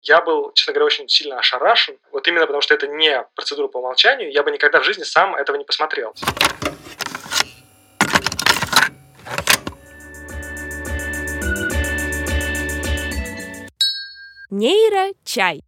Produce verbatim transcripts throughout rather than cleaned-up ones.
Я был, честно говоря, очень сильно ошарашен. Вот именно потому, что это не процедура по умолчанию, я бы никогда в жизни сам этого не посмотрел. Нейрочай.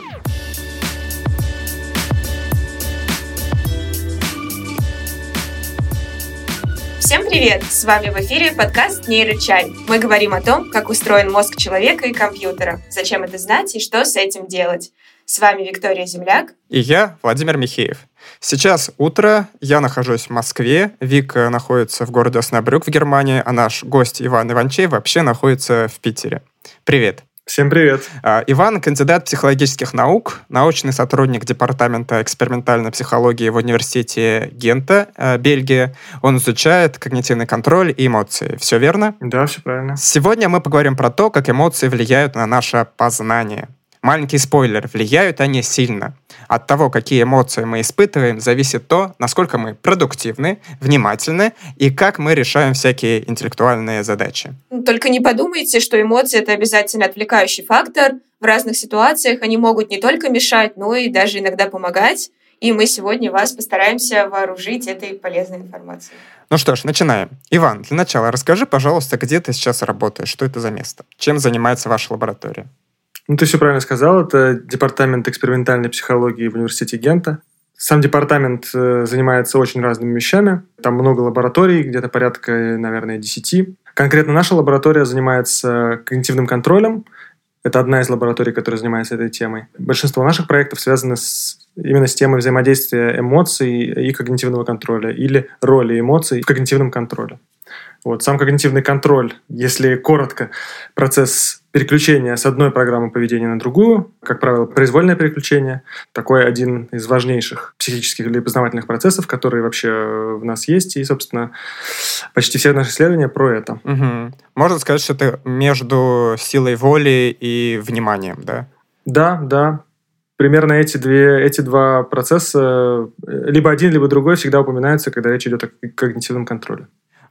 Всем привет! С вами в эфире подкаст «Нейрочай». Мы говорим о том, как устроен мозг человека и компьютера, зачем это знать и что с этим делать. С вами Виктория Земляк. И я, Владимир Михеев. Сейчас утро, я нахожусь в Москве, Вика находится в городе Оснабрюк в Германии, а наш гость Иван Иванчей вообще находится в Питере. Привет! Всем привет! Иван – кандидат психологических наук, научный сотрудник Департамента экспериментальной психологии в университете Гента, Бельгия. Он изучает когнитивный контроль и эмоции. Все верно? Да, все правильно. Сегодня мы поговорим про то, как эмоции влияют на наше познание. Маленький спойлер, влияют они сильно. От того, какие эмоции мы испытываем, зависит то, насколько мы продуктивны, внимательны и как мы решаем всякие интеллектуальные задачи. Только не подумайте, что эмоции — это обязательно отвлекающий фактор. В разных ситуациях они могут не только мешать, но и даже иногда помогать. И мы сегодня вас постараемся вооружить этой полезной информацией. Ну что ж, начинаем. Иван, для начала расскажи, пожалуйста, где ты сейчас работаешь, что это за место, чем занимается ваша лаборатория? Ну, ты все правильно сказал. Это департамент экспериментальной психологии в университете Гента. Сам департамент э, занимается очень разными вещами. Там много лабораторий, где-то порядка, наверное, десяти. Конкретно наша лаборатория занимается когнитивным контролем. Это одна из лабораторий, которая занимается этой темой. Большинство наших проектов связаны с, именно с темой взаимодействия эмоций и когнитивного контроля, или роли эмоций в когнитивном контроле. Вот. Сам когнитивный контроль, если коротко, процесс переключения с одной программы поведения на другую, как правило, произвольное переключение, такой один из важнейших психических или познавательных процессов, которые вообще в нас есть, и, собственно, почти все наши исследования про это. Угу. Можно сказать, что это между силой воли и вниманием, да? Да, да. Примерно эти, две, эти два процесса, либо один, либо другой, всегда упоминаются, когда речь идет о когнитивном контроле.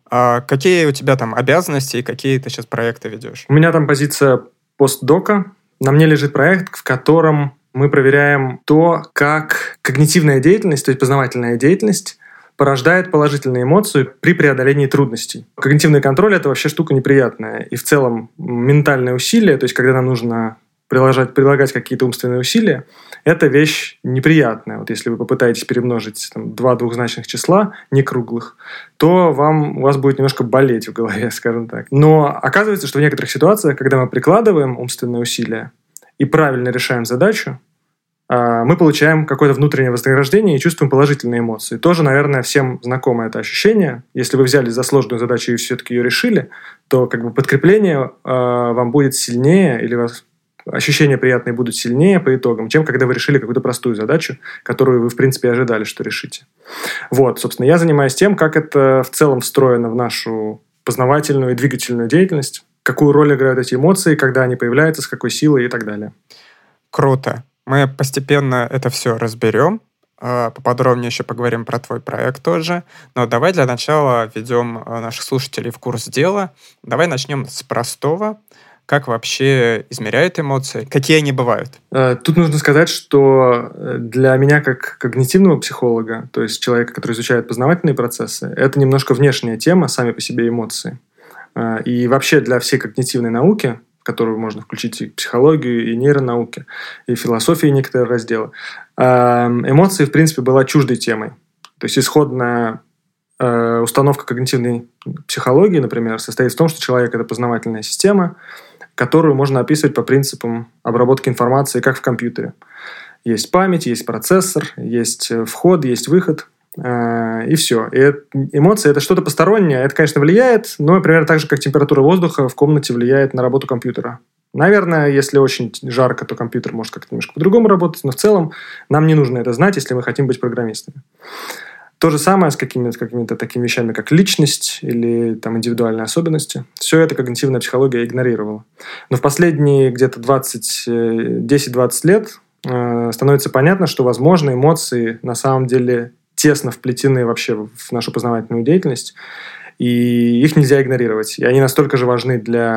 А какие у тебя там обязанности и какие ты сейчас проекты ведешь? У меня там позиция постдока. На мне лежит проект, в котором мы проверяем то, как когнитивная деятельность, то есть познавательная деятельность, порождает положительные эмоции при преодолении трудностей. Когнитивный контроль – это вообще штука неприятная. И в целом ментальное усилие, то есть когда нам нужно приложать, прилагать какие-то умственные усилия, это вещь неприятная. Вот если вы попытаетесь перемножить там, два двухзначных числа, не круглых, то вам, у вас будет немножко болеть в голове, скажем так. Но оказывается, что в некоторых ситуациях, когда мы прикладываем умственные усилия и правильно решаем задачу, мы получаем какое-то внутреннее вознаграждение и чувствуем положительные эмоции. Тоже, наверное, всем знакомо это ощущение. Если вы взялись за сложную задачу и все-таки ее решили, то как бы подкрепление вам будет сильнее, или вас ощущения приятные будут сильнее по итогам, чем когда вы решили какую-то простую задачу, которую вы, в принципе, ожидали, что решите. Вот, собственно, я занимаюсь тем, как это в целом встроено в нашу познавательную и двигательную деятельность, какую роль играют эти эмоции, когда они появляются, с какой силой и так далее. Круто. Мы постепенно это все разберем. Поподробнее еще поговорим про твой проект тоже. Но давай для начала введем наших слушателей в курс дела. Давай начнем с простого. Как вообще измеряют эмоции? Какие они бывают? Тут нужно сказать, что для меня как когнитивного психолога, то есть человека, который изучает познавательные процессы, это немножко внешняя тема, сами по себе эмоции. И вообще для всей когнитивной науки, в которую можно включить и психологию, и нейронауки, и философию некоторые разделы, эмоции, в принципе, была чуждой темой. То есть исходная установка когнитивной психологии, например, состоит в том, что человек – это познавательная система, которую можно описывать по принципам обработки информации, как в компьютере. Есть память, есть процессор, есть вход, есть выход, э, и все. И эмоции – это что-то постороннее. Это, конечно, влияет, но примерно так же, как температура воздуха в комнате влияет на работу компьютера. Наверное, если очень жарко, то компьютер может как-то немножко по-другому работать, но в целом нам не нужно это знать, если мы хотим быть программистами. То же самое с какими-то, какими-то такими вещами, как личность или там, индивидуальные особенности. Все это когнитивная психология игнорировала. Но в последние где-то десять-двадцать лет э, становится понятно, что, возможно, эмоции на самом деле тесно вплетены вообще в нашу познавательную деятельность, и их нельзя игнорировать. И они настолько же важны для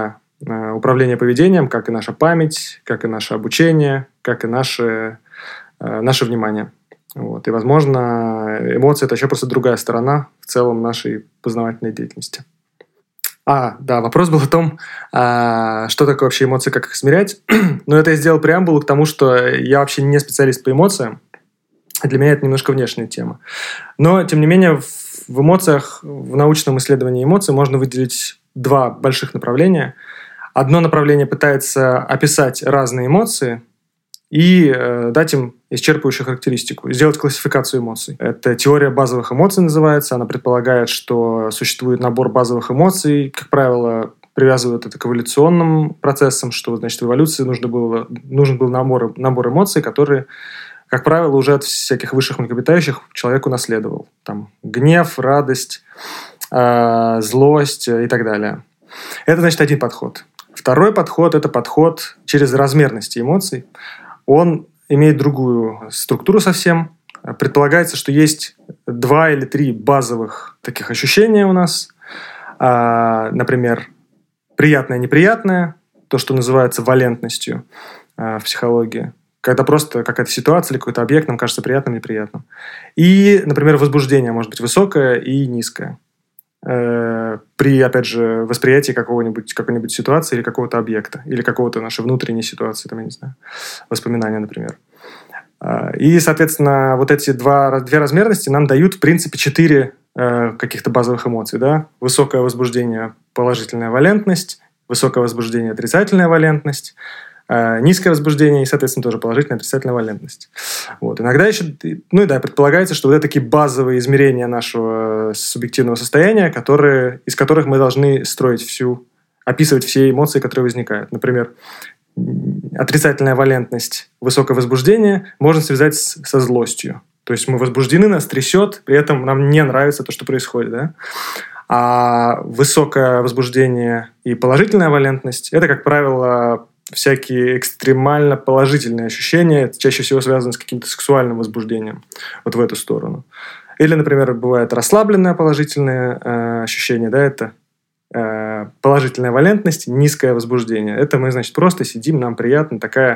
управление поведением, как и наша память, как и наше обучение, как и наше, наше внимание. Вот. И, возможно, эмоции – это еще просто другая сторона в целом нашей познавательной деятельности. А, да, вопрос был о том, а, что такое вообще эмоции, как их измерять. Но это я сделал преамбулу к тому, что я вообще не специалист по эмоциям. Для меня это немножко внешняя тема. Но, тем не менее, в, в эмоциях, в научном исследовании эмоций можно выделить два больших направления. Одно направление пытается описать разные эмоции и э, дать им исчерпывающую характеристику, сделать классификацию эмоций. Это теория базовых эмоций называется. Она предполагает, что существует набор базовых эмоций. Как правило, привязывают это к эволюционным процессам, что, значит, в эволюции нужно было, нужен был набор, набор эмоций, которые, как правило, уже от всяких высших млекопитающих человек унаследовал. Там гнев, радость, э, злость и так далее. Это, значит, один подход. Второй подход – это подход через размерности эмоций. Он имеет другую структуру совсем. Предполагается, что есть два или три базовых таких ощущения у нас. А, например, приятное, неприятное, то, что называется валентностью а, в психологии. Когда просто какая-то ситуация или какой-то объект нам кажется приятным, неприятным. И, например, возбуждение может быть высокое и низкое. При, опять же, восприятии какого-нибудь, какой-нибудь ситуации или какого-то объекта, или какого-то нашей внутренней ситуации, там, я не знаю, воспоминания, например. И, соответственно, вот эти два, две размерности нам дают, в принципе, четыре э, каких-то базовых эмоций. Да? Высокое возбуждение – положительная валентность, высокое возбуждение – отрицательная валентность, э, низкое возбуждение и, соответственно, тоже положительная отрицательная валентность. Вот. Иногда еще, ну и да, предполагается, что вот это такие базовые измерения нашего субъективного состояния, которые, из которых мы должны строить всю, описывать все эмоции, которые возникают. Например, отрицательная валентность, высокое возбуждение можно связать с, со злостью. То есть мы возбуждены, нас трясет, при этом нам не нравится то, что происходит. Да? А высокое возбуждение и положительная валентность – это, как правило, всякие экстремально положительные ощущения, чаще всего связаны с каким-то сексуальным возбуждением, вот в эту сторону. Или, например, бывает расслабленное положительное э, ощущение, да, это э, положительная валентность, низкое возбуждение. Это мы, значит, просто сидим, нам приятно, такая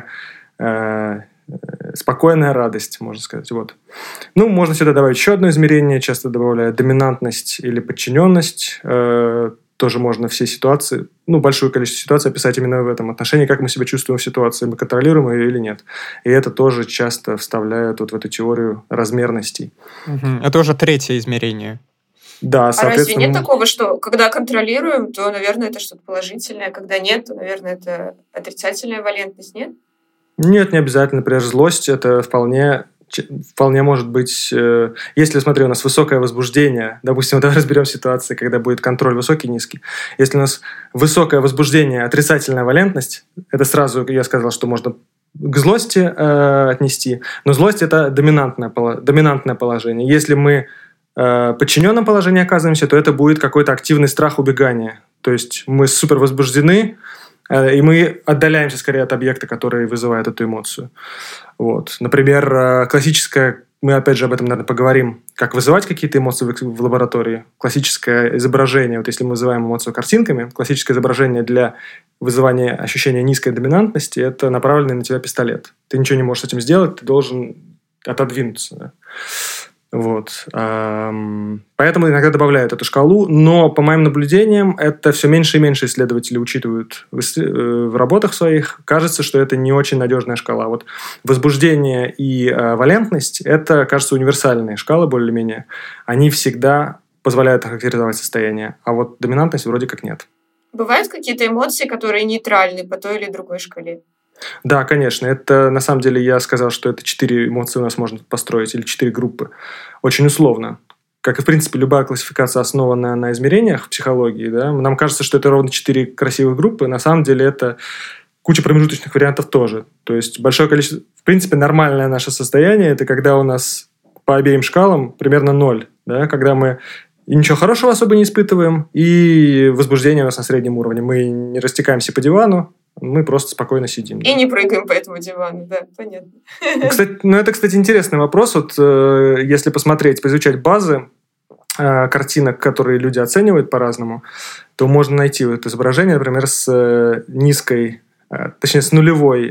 э, спокойная радость, можно сказать. Вот. Ну, можно сюда добавить еще одно измерение, часто добавляют доминантность или подчиненность. Э, тоже можно все ситуации, ну, большое количество ситуаций описать именно в этом отношении, как мы себя чувствуем в ситуации, мы контролируем ее или нет. И это тоже часто вставляют вот в эту теорию размерностей. Угу. Это уже третье измерение. Да, а разве нет такого, что когда контролируем, то, наверное, это что-то положительное, а когда нет, то, наверное, это отрицательная валентность, нет? Нет, не обязательно. Например, злость – это вполне... Вполне может быть, э, если, смотри, у нас высокое возбуждение, допустим, давай разберем ситуацию, когда будет контроль высокий, низкий. Если у нас высокое возбуждение, отрицательная валентность, это сразу, я сказал, что можно к злости э, отнести, но злость – это доминантное, доминантное положение. Если мы э, в подчиненном положении оказываемся, то это будет какой-то активный страх убегания. То есть мы супер возбуждены, и мы отдаляемся скорее от объекта, который вызывает эту эмоцию. Вот. Например, классическое, мы опять же об этом, наверное, поговорим, как вызывать какие-то эмоции в, в лаборатории. Классическое изображение, вот если мы вызываем эмоцию картинками, классическое изображение для вызывания ощущения низкой доминантности – это направленный на тебя пистолет. Ты ничего не можешь с этим сделать, ты должен отодвинуться. Да? Вот. Поэтому иногда добавляют эту шкалу, но по моим наблюдениям это все меньше и меньше исследователи учитывают в работах своих. Кажется, что это не очень надежная шкала. Вот возбуждение и валентность – это, кажется, универсальные шкалы более-менее. Они всегда позволяют характеризовать состояние, а вот доминантность вроде как нет. Бывают какие-то эмоции, которые нейтральны по той или другой шкале? Да, конечно. Это, на самом деле, я сказал, что это четыре эмоции у нас можно построить, или четыре группы. Очень условно. Как и, в принципе, любая классификация, основанная на измерениях в психологии, да, нам кажется, что это ровно четыре красивых группы. На самом деле, это куча промежуточных вариантов тоже. То есть, большое количество... В принципе, нормальное наше состояние – это когда у нас по обеим шкалам примерно ноль. Да, когда мы и ничего хорошего особо не испытываем, и возбуждение у нас на среднем уровне. Мы не растекаемся по дивану, мы просто спокойно сидим. И да. не прыгаем по этому дивану, да, понятно. Кстати, ну это, кстати, интересный вопрос. Вот, э, если посмотреть, поизучать базы э, картинок, которые люди оценивают по-разному, то можно найти вот изображение, например, с э, низкой, э, точнее, с нулевой,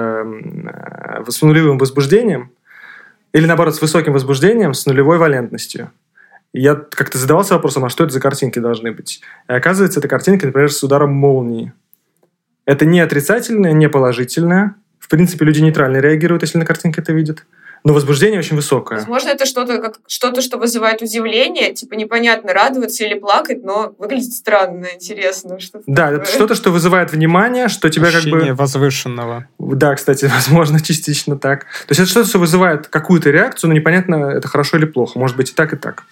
э, с нулевым возбуждением, или, наоборот, с высоким возбуждением, с нулевой валентностью. И я как-то задавался вопросом, а что это за картинки должны быть? И оказывается, это картинки, например, с ударом молнии. Это не отрицательное, не положительное. В принципе, люди нейтрально реагируют, если на картинке это видят. Но возбуждение очень высокое. Возможно, это что-то, как, что-то, что вызывает удивление, типа непонятно, радоваться или плакать, но выглядит странно, интересно. Что-то да, такое. Это что-то, что вызывает внимание, что тебя Ощущение как бы... возвышенного. Да, кстати, возможно, частично так. То есть это что-то, что вызывает какую-то реакцию, но непонятно, это хорошо или плохо. Может быть и так, и так.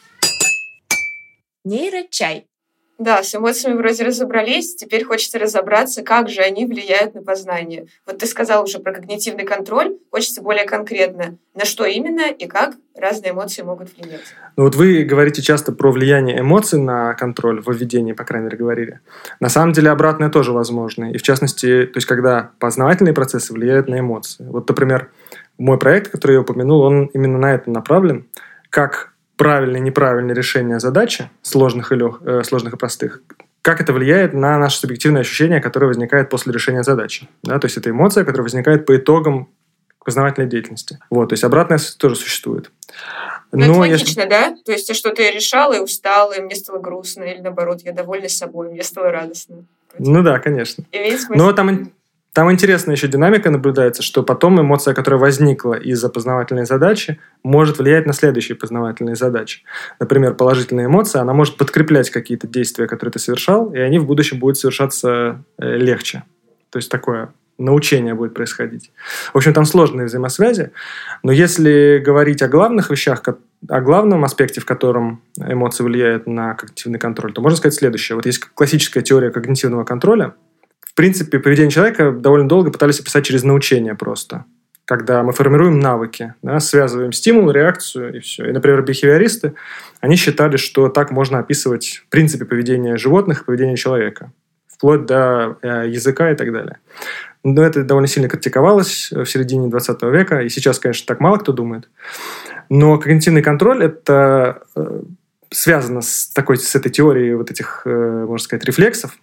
Нейрочай. Да, с эмоциями вроде разобрались, теперь хочется разобраться, как же они влияют на познание. Вот ты сказал уже про когнитивный контроль, хочется более конкретно, на что именно и как разные эмоции могут влиять. Ну вот вы говорите часто про влияние эмоций на контроль, в введении, по крайней мере, говорили. На самом деле обратное тоже возможно. И в частности, то есть когда познавательные процессы влияют на эмоции. Вот, например, мой проект, который я упомянул, он именно на это направлен, как правильное и неправильное решение задачи, сложных и, лег... э, сложных и простых, как это влияет на наше субъективное ощущение, которое возникает после решения задачи. Да? То есть это эмоция, которая возникает по итогам познавательной деятельности. Вот, то есть обратная тоже существует. Но, Но это логично, если... да? То есть что-то я решала и устала, и мне стало грустно, или наоборот, я довольна собой, мне стало радостно. Ну да, конечно. Имеет смысл. Но там... Там интересная еще динамика наблюдается, что потом эмоция, которая возникла из-за познавательной задачи, может влиять на следующие познавательные задачи. Например, положительная эмоция, она может подкреплять какие-то действия, которые ты совершал, и они в будущем будут совершаться легче. То есть такое научение будет происходить. В общем, там сложные взаимосвязи. Но если говорить о главных вещах, о главном аспекте, в котором эмоции влияют на когнитивный контроль, то можно сказать следующее. Вот есть классическая теория когнитивного контроля. В принципе, поведение человека довольно долго пытались описать через научение просто. Когда мы формируем навыки, да, связываем стимул, реакцию и все. И, например, бихевиористы, они считали, что так можно описывать в принципе поведение животных и поведение человека. Вплоть до э, языка и так далее. Но это довольно сильно критиковалось в середине двадцатого века. И сейчас, конечно, так мало кто думает. Но когнитивный контроль – это э, связано с, такой, с этой теорией вот этих, э, можно сказать, рефлексов.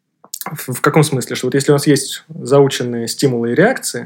В каком смысле? Что вот если у нас есть заученные стимулы и реакции,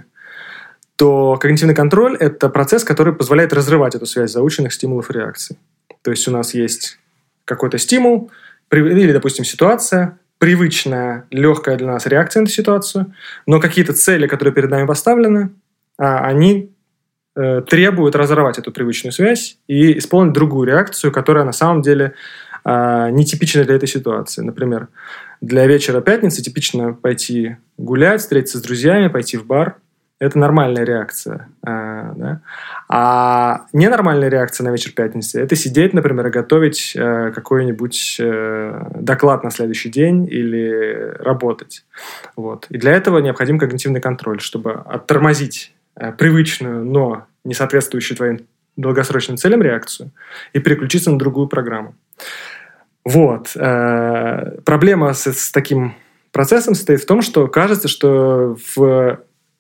то когнитивный контроль – это процесс, который позволяет разрывать эту связь заученных стимулов и реакций. То есть у нас есть какой-то стимул или, допустим, ситуация, привычная, легкая для нас реакция на эту ситуацию, но какие-то цели, которые перед нами поставлены, они э, требуют разорвать эту привычную связь и исполнить другую реакцию, которая на самом деле э, нетипична для этой ситуации. Например, для вечера пятницы типично пойти гулять, встретиться с друзьями, пойти в бар. Это нормальная реакция. Э, да? А ненормальная реакция на вечер пятницы – это сидеть, например, и готовить э, какой-нибудь э, доклад на следующий день или работать. Вот. И для этого необходим когнитивный контроль, чтобы оттормозить э, привычную, но не соответствующую твоим долгосрочным целям реакцию и переключиться на другую программу. Вот. Э, проблема с, с таким процессом состоит в том, что кажется, что в,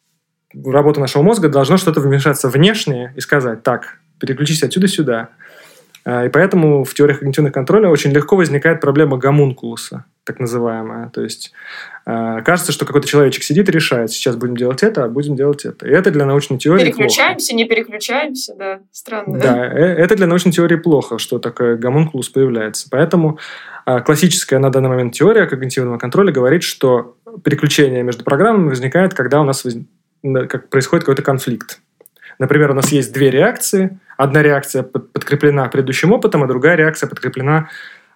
в работу нашего мозга должно что-то вмешаться внешнее и сказать: так, переключись отсюда сюда. Э, и поэтому в теориях когнитивного контроля очень легко возникает проблема гомункулуса, так называемая. То есть э, кажется, что какой-то человечек сидит и решает: сейчас будем делать это, а будем делать это. И это для научной теории переключаемся, плохо. не переключаемся, да, странно. Да, это для научной теории плохо, что такое гомункулус появляется. Поэтому э, классическая на данный момент теория когнитивного контроля говорит, что переключение между программами возникает, когда у нас воз... как происходит какой-то конфликт. Например, у нас есть две реакции. Одна реакция подкреплена предыдущим опытом, а другая реакция подкреплена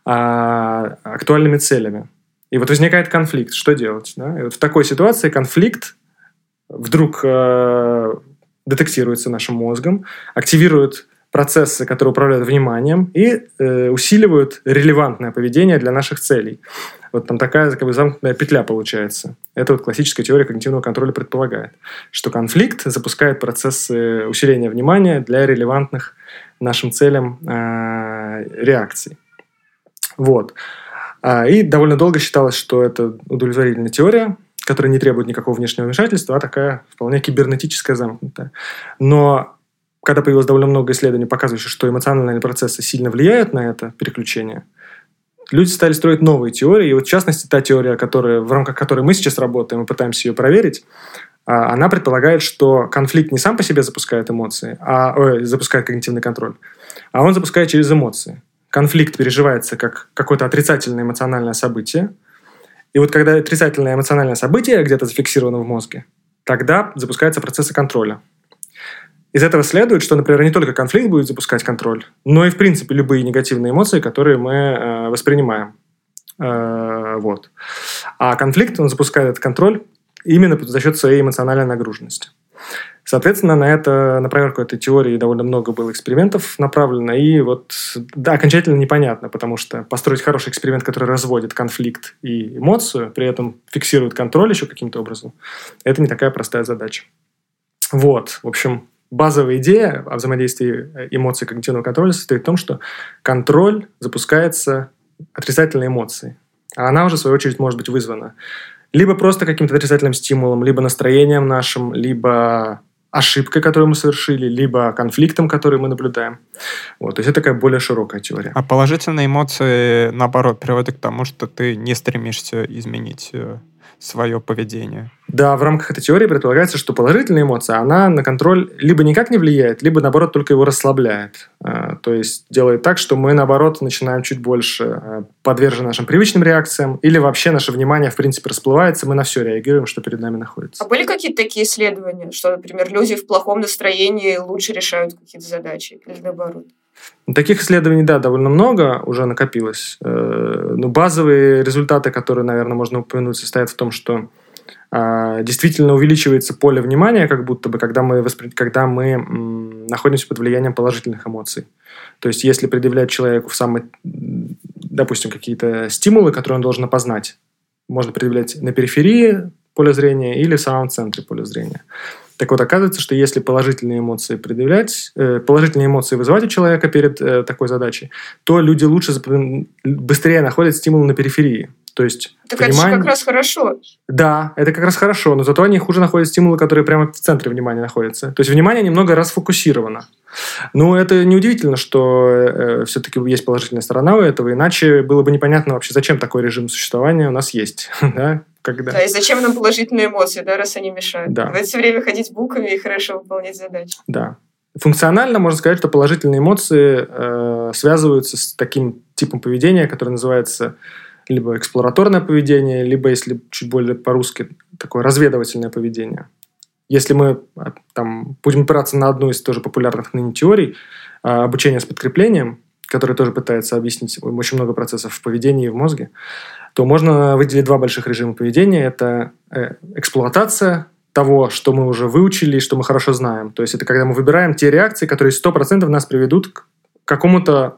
а, актуальными целями. И вот возникает конфликт. Что делать? Да? И вот в такой ситуации конфликт вдруг э, детектируется нашим мозгом, активирует процессы, которые управляют вниманием, и э, усиливают релевантное поведение для наших целей. Вот там такая как бы замкнутая петля получается. Это вот классическая теория когнитивного контроля предполагает, что конфликт запускает процессы усиления внимания для релевантных нашим целям э, реакций. Вот. И довольно долго считалось, что это удовлетворительная теория, которая не требует никакого внешнего вмешательства, а такая вполне кибернетическая, замкнутая. Но когда появилось довольно много исследований, показывающих, что эмоциональные процессы сильно влияют на это переключение, люди стали строить новые теории. И вот, в частности, та теория, которая, в рамках которой мы сейчас работаем и пытаемся ее проверить, она предполагает, что конфликт не сам по себе запускает эмоции, а ой, запускает когнитивный контроль, а он запускает через эмоции. Конфликт переживается как какое-то отрицательное эмоциональное событие. И вот когда отрицательное эмоциональное событие где-то зафиксировано в мозге, тогда запускаются процессы контроля. Из этого следует, что, например, не только конфликт будет запускать контроль, но и, в принципе, любые негативные эмоции, которые мы э, воспринимаем. Э, вот. А конфликт, он запускает этот контроль именно за счет своей эмоциональной нагруженности. Соответственно, на, это, на проверку этой теории довольно много было экспериментов направлено, и вот да, окончательно непонятно, потому что построить хороший эксперимент, который разводит конфликт и эмоцию, при этом фиксирует контроль еще каким-то образом, это не такая простая задача. Вот, в общем, базовая идея о взаимодействии эмоций и когнитивного контроля состоит в том, что контроль запускается отрицательной эмоцией, а она уже, в свою очередь, может быть вызвана либо просто каким-то отрицательным стимулом, либо настроением нашим, либо ошибкой, которую мы совершили, либо конфликтом, который мы наблюдаем. Вот, то есть это такая более широкая теория. А положительные эмоции, наоборот, приводят к тому, что ты не стремишься изменить свое поведение. Да, в рамках этой теории предполагается, что положительная эмоция, она на контроль либо никак не влияет, либо, наоборот, только его расслабляет. То есть делает так, что мы, наоборот, начинаем чуть больше подвержены нашим привычным реакциям, или вообще наше внимание, в принципе, расплывается, мы на все реагируем, что перед нами находится. А были какие-то такие исследования, что, например, люди в плохом настроении лучше решают какие-то задачи, или наоборот? Таких исследований, да, довольно много уже накопилось. Но базовые результаты, которые, наверное, можно упомянуть, состоят в том, что действительно увеличивается поле внимания, как будто бы, когда мы, воспри... когда мы находимся под влиянием положительных эмоций. То есть, если предъявлять человеку в самый, допустим, какие-то стимулы, которые он должен опознать, можно предъявлять на периферии поля зрения или в самом центре поля зрения. Так вот, оказывается, что если положительные эмоции предъявлять, э, положительные эмоции вызывать у человека перед э, такой задачей, то люди лучше, быстрее находят стимул на периферии. То есть, так понимание... это же как раз хорошо. Да, это как раз хорошо, но зато они хуже находят стимулы, которые прямо в центре внимания находятся. То есть внимание немного расфокусировано. Ну, это неудивительно, что э, все-таки есть положительная сторона у этого, иначе было бы непонятно вообще, зачем такой режим существования у нас есть. Да? Когда... Да, и зачем нам положительные эмоции, да, раз они мешают? Да. Давайте все время ходить буквами и хорошо выполнять задачи. Да. Функционально можно сказать, что положительные эмоции э, связываются с таким типом поведения, который называется либо эксплураторное поведение, либо, если чуть более по-русски, такое разведывательное поведение. Если мы там, будем опираться на одну из тоже популярных ныне теорий э, обучения с подкреплением, которая тоже пытается объяснить очень много процессов в поведении и в мозге, то можно выделить два больших режима поведения. Это эксплуатация того, что мы уже выучили и что мы хорошо знаем. То есть это когда мы выбираем те реакции, которые сто процентов нас приведут к какому-то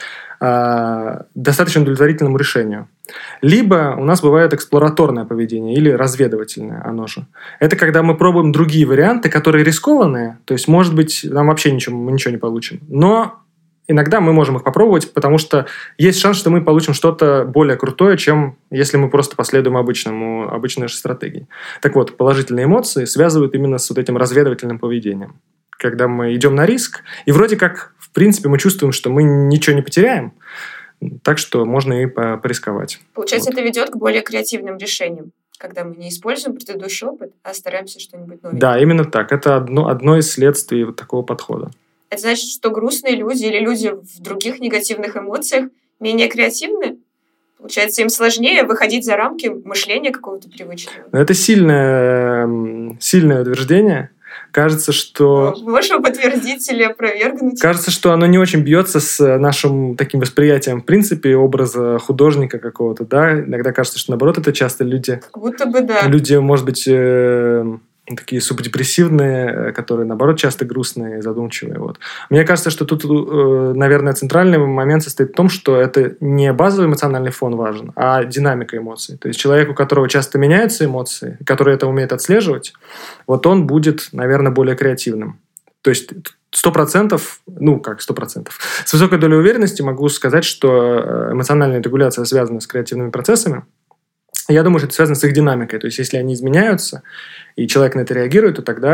э, достаточно удовлетворительному решению. Либо у нас бывает эксплураторное поведение или разведывательное, оно же. Это когда мы пробуем другие варианты, которые рискованные. То есть, может быть, нам вообще ничего, мы ничего не получим. Но иногда мы можем их попробовать, потому что есть шанс, что мы получим что-то более крутое, чем если мы просто последуем обычному, обычной же стратегии. Так вот, положительные эмоции связывают именно с вот этим разведывательным поведением. Когда мы идем на риск, и вроде как, в принципе, мы чувствуем, что мы ничего не потеряем, так что можно и порисковать. Получается, вот. Это ведет к более креативным решениям, когда мы не используем предыдущий опыт, а стараемся что-нибудь новенькое. Да, именно так. Это одно, одно из следствий вот такого подхода. Это значит, что грустные люди или люди в других негативных эмоциях менее креативны? Получается, им сложнее выходить за рамки мышления какого-то привычного. Это сильное, сильное утверждение. Кажется, что... Можешь его подтвердить или опровергнуть? Кажется, что оно не очень бьется с нашим таким восприятием, в принципе, образа художника какого-то, да? Иногда кажется, что, наоборот, это часто люди... Как будто бы да. Люди, может быть, такие субдепрессивные, которые, наоборот, часто грустные, задумчивые. Вот. Мне кажется, что тут, наверное, центральный момент состоит в том, что это не базовый эмоциональный фон важен, а динамика эмоций. То есть человек, у которого часто меняются эмоции, который это умеет отслеживать, вот он будет, наверное, более креативным. То есть сто процентов, ну как сто процентов, с высокой долей уверенности могу сказать, что эмоциональная регуляция связана с креативными процессами. Я думаю, что это связано с их динамикой. То есть, если они изменяются, и человек на это реагирует, то тогда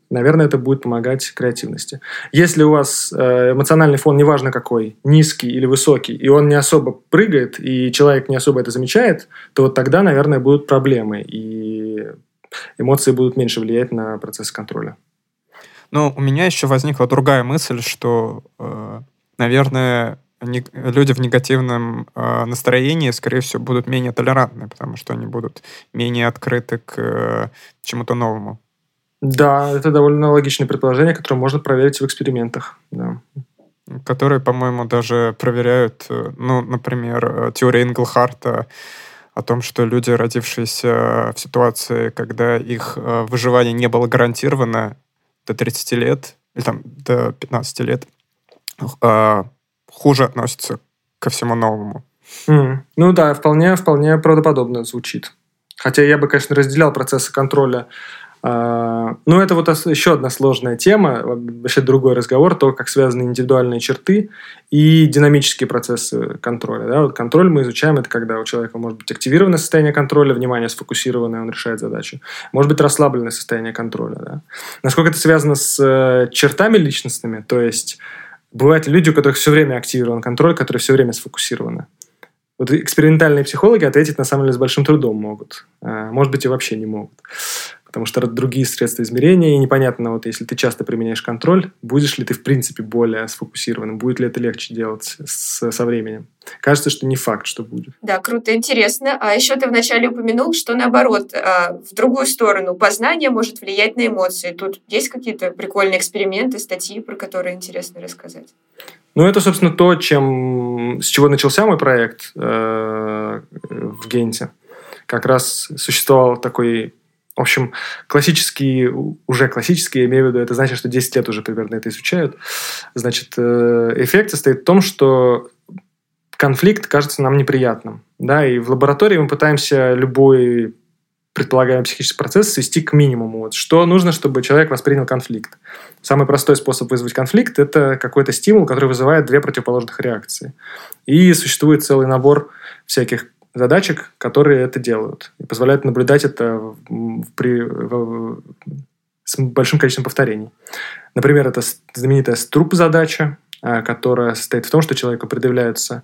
наверное, это будет помогать креативности. Если у вас эмоциональный фон, неважно какой, низкий или высокий, и он не особо прыгает, и человек не особо это замечает, то вот тогда, наверное, будут проблемы, и эмоции будут меньше влиять на процесс контроля. Ну, у меня еще возникла другая мысль, что, э, наверное, не, люди в негативном э, настроении, скорее всего, будут менее толерантны, потому что они будут менее открыты к э, чему-то новому. Да, это довольно логичное предположение, которое можно проверить в экспериментах. Да. Которые, по-моему, даже проверяют, ну, например, теория Инглхарта о том, что люди, родившиеся в ситуации, когда их выживание не было гарантировано до тридцати лет, или там до пятнадцати лет, хуже относятся ко всему новому. Mm. Ну да, вполне, вполне правдоподобно звучит. Хотя я бы, конечно, разделял процессы контроля. Но это вот еще одна сложная тема, вообще другой разговор, то, как связаны индивидуальные черты и динамические процессы контроля. Да? Вот контроль мы изучаем, это когда у человека может быть активированное состояние контроля, внимание сфокусированное, он решает задачу. Может быть расслабленное состояние контроля. Да? Насколько это связано с чертами личностными, то есть бывают люди, у которых все время активирован контроль, которые все время сфокусированы. Вот экспериментальные психологи ответить на самом деле с большим трудом могут. Может быть, и вообще не могут. Потому что другие средства измерения, и непонятно, вот если ты часто применяешь контроль, будешь ли ты, в принципе, более сфокусированным, будет ли это легче делать с, со временем. Кажется, что не факт, что будет. Да, круто, интересно. А еще ты вначале упомянул, что наоборот, в другую сторону познание может влиять на эмоции. Тут есть какие-то прикольные эксперименты, статьи, про которые интересно рассказать? Ну, это, собственно, то, чем, с чего начался мой проект э, в Генте. Как раз существовал такой... В общем, классический, уже классический, я имею в виду, это значит, что десять лет уже примерно это изучают. Значит, эффект состоит в том, что конфликт кажется нам неприятным. Да? И в лаборатории мы пытаемся любой предполагаемый психический процесс свести к минимуму. Вот что нужно, чтобы человек воспринял конфликт? Самый простой способ вызвать конфликт – это какой-то стимул, который вызывает две противоположных реакции. И существует целый набор всяких задачек, которые это делают. И позволяют наблюдать это при, в, с большим количеством повторений. Например, это знаменитая струп-задача, которая состоит в том, что человеку предъявляются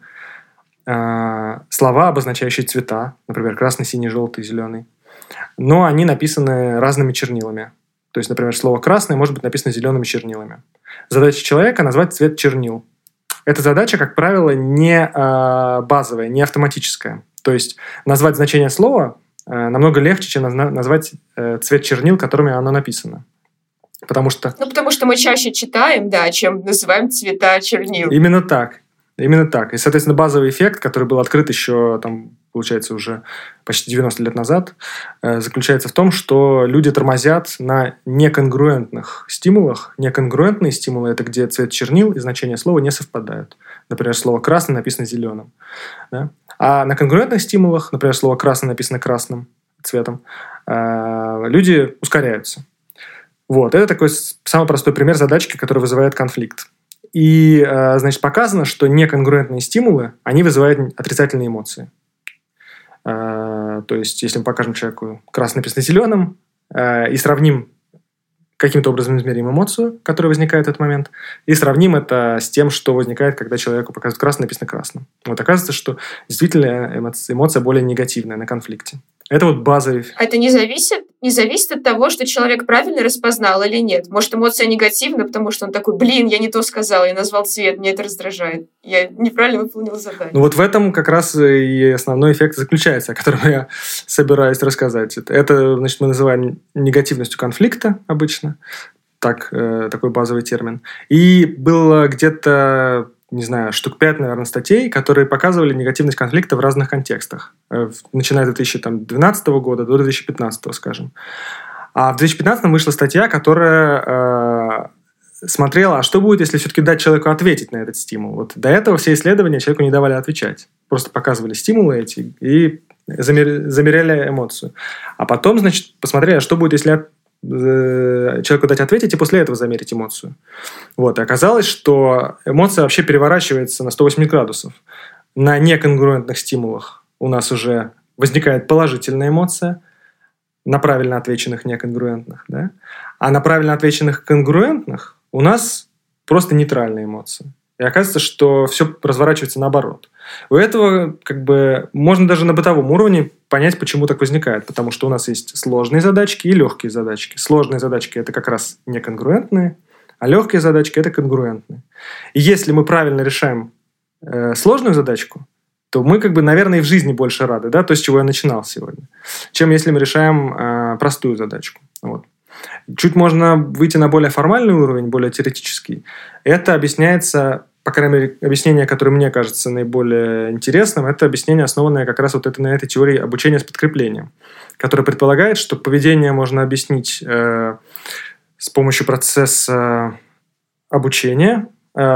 э, слова, обозначающие цвета, например, красный, синий, желтый, зеленый, но они написаны разными чернилами. То есть, например, слово «красный» может быть написано зелеными чернилами. Задача человека – назвать цвет чернил. Эта задача, как правило, не э, базовая, не автоматическая. То есть назвать значение слова э, намного легче, чем назна- назвать э, цвет чернил, которыми оно написано. Потому что... Ну, потому что мы чаще читаем, да, чем называем цвета чернил. Именно так. Именно так. И, соответственно, базовый эффект, который был открыт еще, там, получается, уже почти девяносто лет назад, э, заключается в том, что люди тормозят на неконгруентных стимулах. Неконгруентные стимулы – это где цвет чернил и значение слова не совпадают. Например, слово «красный» написано зеленым. Да? А на конгруентных стимулах, например, слово «красный» написано красным цветом, э, люди ускоряются. Вот. Это такой самый простой пример задачки, которая вызывает конфликт. И, э, значит, показано, что неконгруентные стимулы, они вызывают отрицательные эмоции. Э, то есть, если мы покажем человеку красный написано зеленым э, и сравним, каким-то образом измерим эмоцию, которая возникает в этот момент, и сравним это с тем, что возникает, когда человеку показывают красный, написано красным. Вот оказывается, что действительно эмоция, эмоция более негативная на конфликте. Это вот базовый... А это не зависит, не зависит от того, что человек правильно распознал или нет? Может, эмоция негативна, потому что он такой, блин, я не то сказал, я назвал цвет, меня это раздражает. Я неправильно выполнил задание. Ну вот в этом как раз и основной эффект заключается, о котором я собираюсь рассказать. Это, значит, мы называем негативностью конфликта обычно. Так, э, такой базовый термин. И было где-то... не знаю, штук пять, наверное, статей, которые показывали негативность конфликта в разных контекстах. Начиная с две тысячи двенадцатого года до две тысячи пятнадцатого, скажем. А в две тысячи пятнадцатом вышла статья, которая э, смотрела, а что будет, если все-таки дать человеку ответить на этот стимул. Вот до этого все исследования человеку не давали отвечать. Просто показывали стимулы эти и замер, замеряли эмоцию. А потом, значит, посмотрели, а что будет, если человеку дать ответить и после этого замерить эмоцию. Вот. И оказалось, что эмоция вообще переворачивается на сто восемьдесят градусов. На неконгруентных стимулах у нас уже возникает положительная эмоция, на правильно отвеченных неконгруентных. Да? А на правильно отвеченных конгруентных у нас просто нейтральные эмоции. И оказывается, что все разворачивается наоборот. У этого как бы можно даже на бытовом уровне понять, почему так возникает. Потому что у нас есть сложные задачки и легкие задачки. Сложные задачки – это как раз неконгруентные, а легкие задачки – это конгруентные. И если мы правильно решаем э, сложную задачку, то мы, как бы, наверное, и в жизни больше рады, да, то, с чего я начинал сегодня, чем если мы решаем э, простую задачку. Вот. Чуть можно выйти на более формальный уровень, более теоретический. Это объясняется, по крайней мере, объяснение, которое мне кажется наиболее интересным, это объяснение, основанное как раз вот это, на этой теории обучения с подкреплением, которое предполагает, что поведение можно объяснить э, с помощью процесса обучения,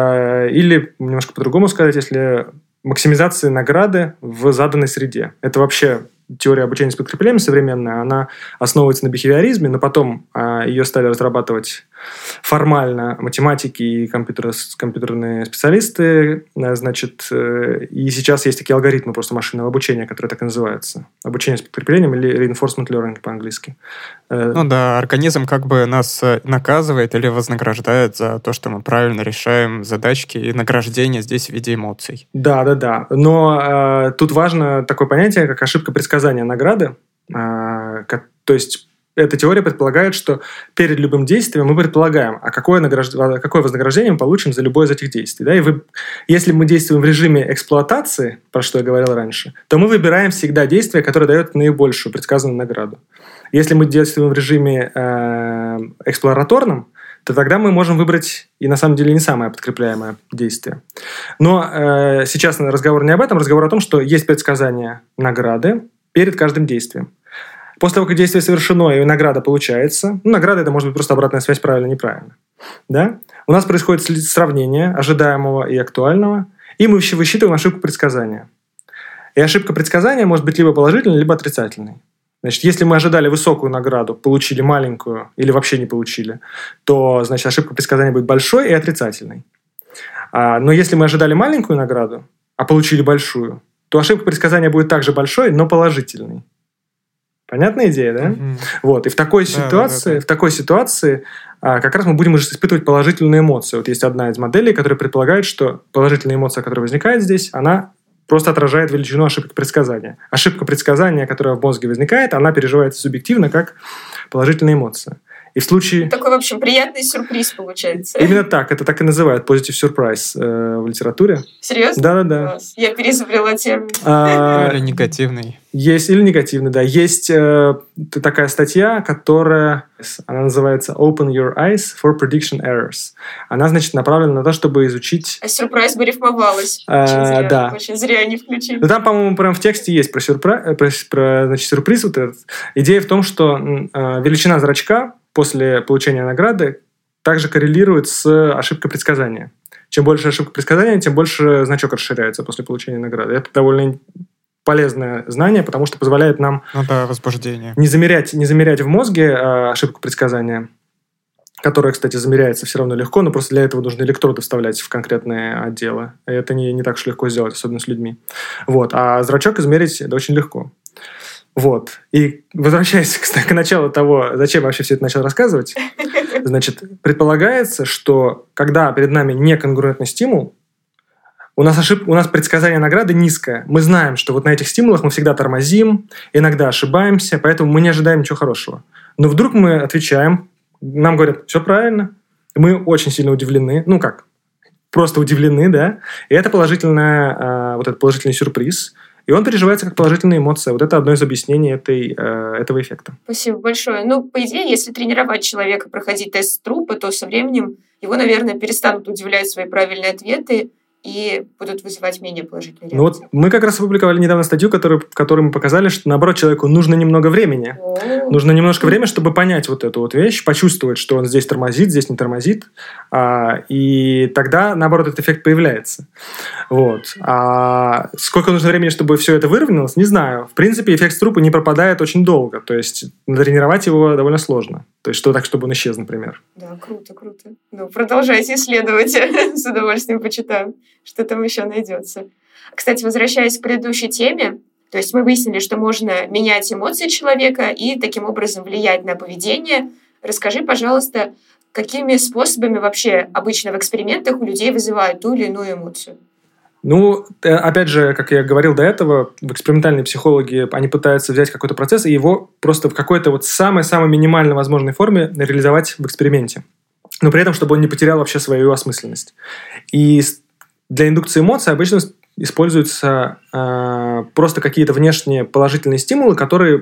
э, или, немножко по-другому сказать, если максимизации награды в заданной среде. Это вообще теория обучения с подкреплением современная, она основывается на бихевиоризме, но потом а, ее стали разрабатывать формально математики и компьютер, компьютерные специалисты. А, значит, э, и сейчас есть такие алгоритмы просто машинного обучения, которые так и называются. Обучение с подкреплением или reinforcement learning по-английски. Э, ну да, организм как бы нас наказывает или вознаграждает за то, что мы правильно решаем задачки, и награждение здесь в виде эмоций. Да, да, да. Но э, тут важно такое понятие, как ошибка предсказания награды. Э, как, то есть эта теория предполагает, что перед любым действием мы предполагаем, а какое, награжд... какое вознаграждение мы получим за любое из этих действий. Да? И вы... если мы действуем в режиме эксплуатации, про что я говорил раньше, то мы выбираем всегда действие, которое дает наибольшую предсказанную награду. Если мы действуем в режиме э, эксплораторном, то тогда мы можем выбрать и на самом деле не самое подкрепляемое действие. Но э, сейчас разговор не об этом, разговор о том, что есть предсказание награды перед каждым действием. После того, как действие совершено и награда получается, ну, награда – это может быть просто обратная связь правильно-неправильно. Да? У нас происходит сравнение ожидаемого и актуального, и мы высчитываем ошибку предсказания. И ошибка предсказания может быть либо положительной, либо отрицательной. Значит, если мы ожидали высокую награду, получили маленькую или вообще не получили, то, значит, ошибка предсказания будет большой и отрицательной. А, но если мы ожидали маленькую награду, а получили большую, то ошибка предсказания будет также большой, но положительной. Понятная идея, да? Mm-hmm. Вот. И в такой да, ситуации, да, да, да. в такой ситуации а, как раз мы будем испытывать положительные эмоции. Вот есть одна из моделей, которая предполагает, что положительная эмоция, которая возникает здесь, она просто отражает величину ошибки предсказания. Ошибка предсказания, которая в мозге возникает, она переживается субъективно как положительная эмоция. И в случае... Такой, в общем, приятный сюрприз получается. Именно так. Это так и называют positive surprise э, в литературе. Серьезно? Да-да-да. Я переизобрела термин. А, или негативный. Есть, или негативный, да. Есть э, такая статья, которая... Она называется Open Your Eyes for Prediction Errors. Она, значит, направлена на то, чтобы изучить... А сюрприз бы рифмовалось. А, очень зря. Да. Очень зря не включили. Ну, там, по-моему, прям в тексте есть про, сюрпри... про, про значит, сюрприз. Вот этот. Идея в том, что э, величина зрачка после получения награды также коррелирует с ошибкой предсказания. Чем больше ошибка предсказания, тем больше значок расширяется после получения награды. Это довольно полезное знание, потому что позволяет нам ну да, возбуждение. Не, замерять, не замерять в мозге ошибку предсказания, которая, кстати, замеряется все равно легко, но просто для этого нужно электроды вставлять в конкретные отделы. И это не, не так уж легко сделать, особенно с людьми. Вот. А зрачок измерить это очень легко. Вот. И возвращаясь к, к началу того, зачем вообще все это начал рассказывать, значит, предполагается, что когда перед нами неконгруентный стимул, у нас, ошиб... у нас предсказание награды низкое. Мы знаем, что вот на этих стимулах мы всегда тормозим, иногда ошибаемся, поэтому мы не ожидаем ничего хорошего. Но вдруг мы отвечаем, нам говорят, все правильно, мы очень сильно удивлены. Ну как? Просто удивлены, да? И это положительная, вот этот положительный сюрприз. И он переживается как положительная эмоция. Вот это одно из объяснений этой, э, этого эффекта. Спасибо большое. Ну, по идее, если тренировать человека проходить тест трупа, то со временем его, наверное, перестанут удивлять свои правильные ответы и будут вызывать менее положительные реакции. Ну вот мы как раз опубликовали недавно статью, которую, в которой мы показали, что, наоборот, человеку нужно немного времени. О-о-о. Нужно немножко времени, чтобы понять вот эту вот вещь, почувствовать, что он здесь тормозит, здесь не тормозит. А, и тогда, наоборот, этот эффект появляется. Вот. А сколько нужно времени, чтобы все это выровнялось, не знаю. В принципе, эффект струпа не пропадает очень долго. То есть натренировать его довольно сложно. То есть что так, чтобы он исчез, например. Да, круто, круто. Ну, продолжайте исследовать. С удовольствием почитаем, что там еще найдется. Кстати, возвращаясь к предыдущей теме, то есть мы выяснили, что можно менять эмоции человека и таким образом влиять на поведение, Расскажи, пожалуйста, какими способами вообще обычно в экспериментах у людей вызывают ту или иную эмоцию? Ну, опять же, как я говорил до этого, экспериментальные психологи, они пытаются взять какой-то процесс и его просто в какой-то вот самой-самой минимально возможной форме реализовать в эксперименте. Но при этом, чтобы он не потерял вообще свою осмысленность. И для индукции эмоций обычно используются э, просто какие-то внешние положительные стимулы, которые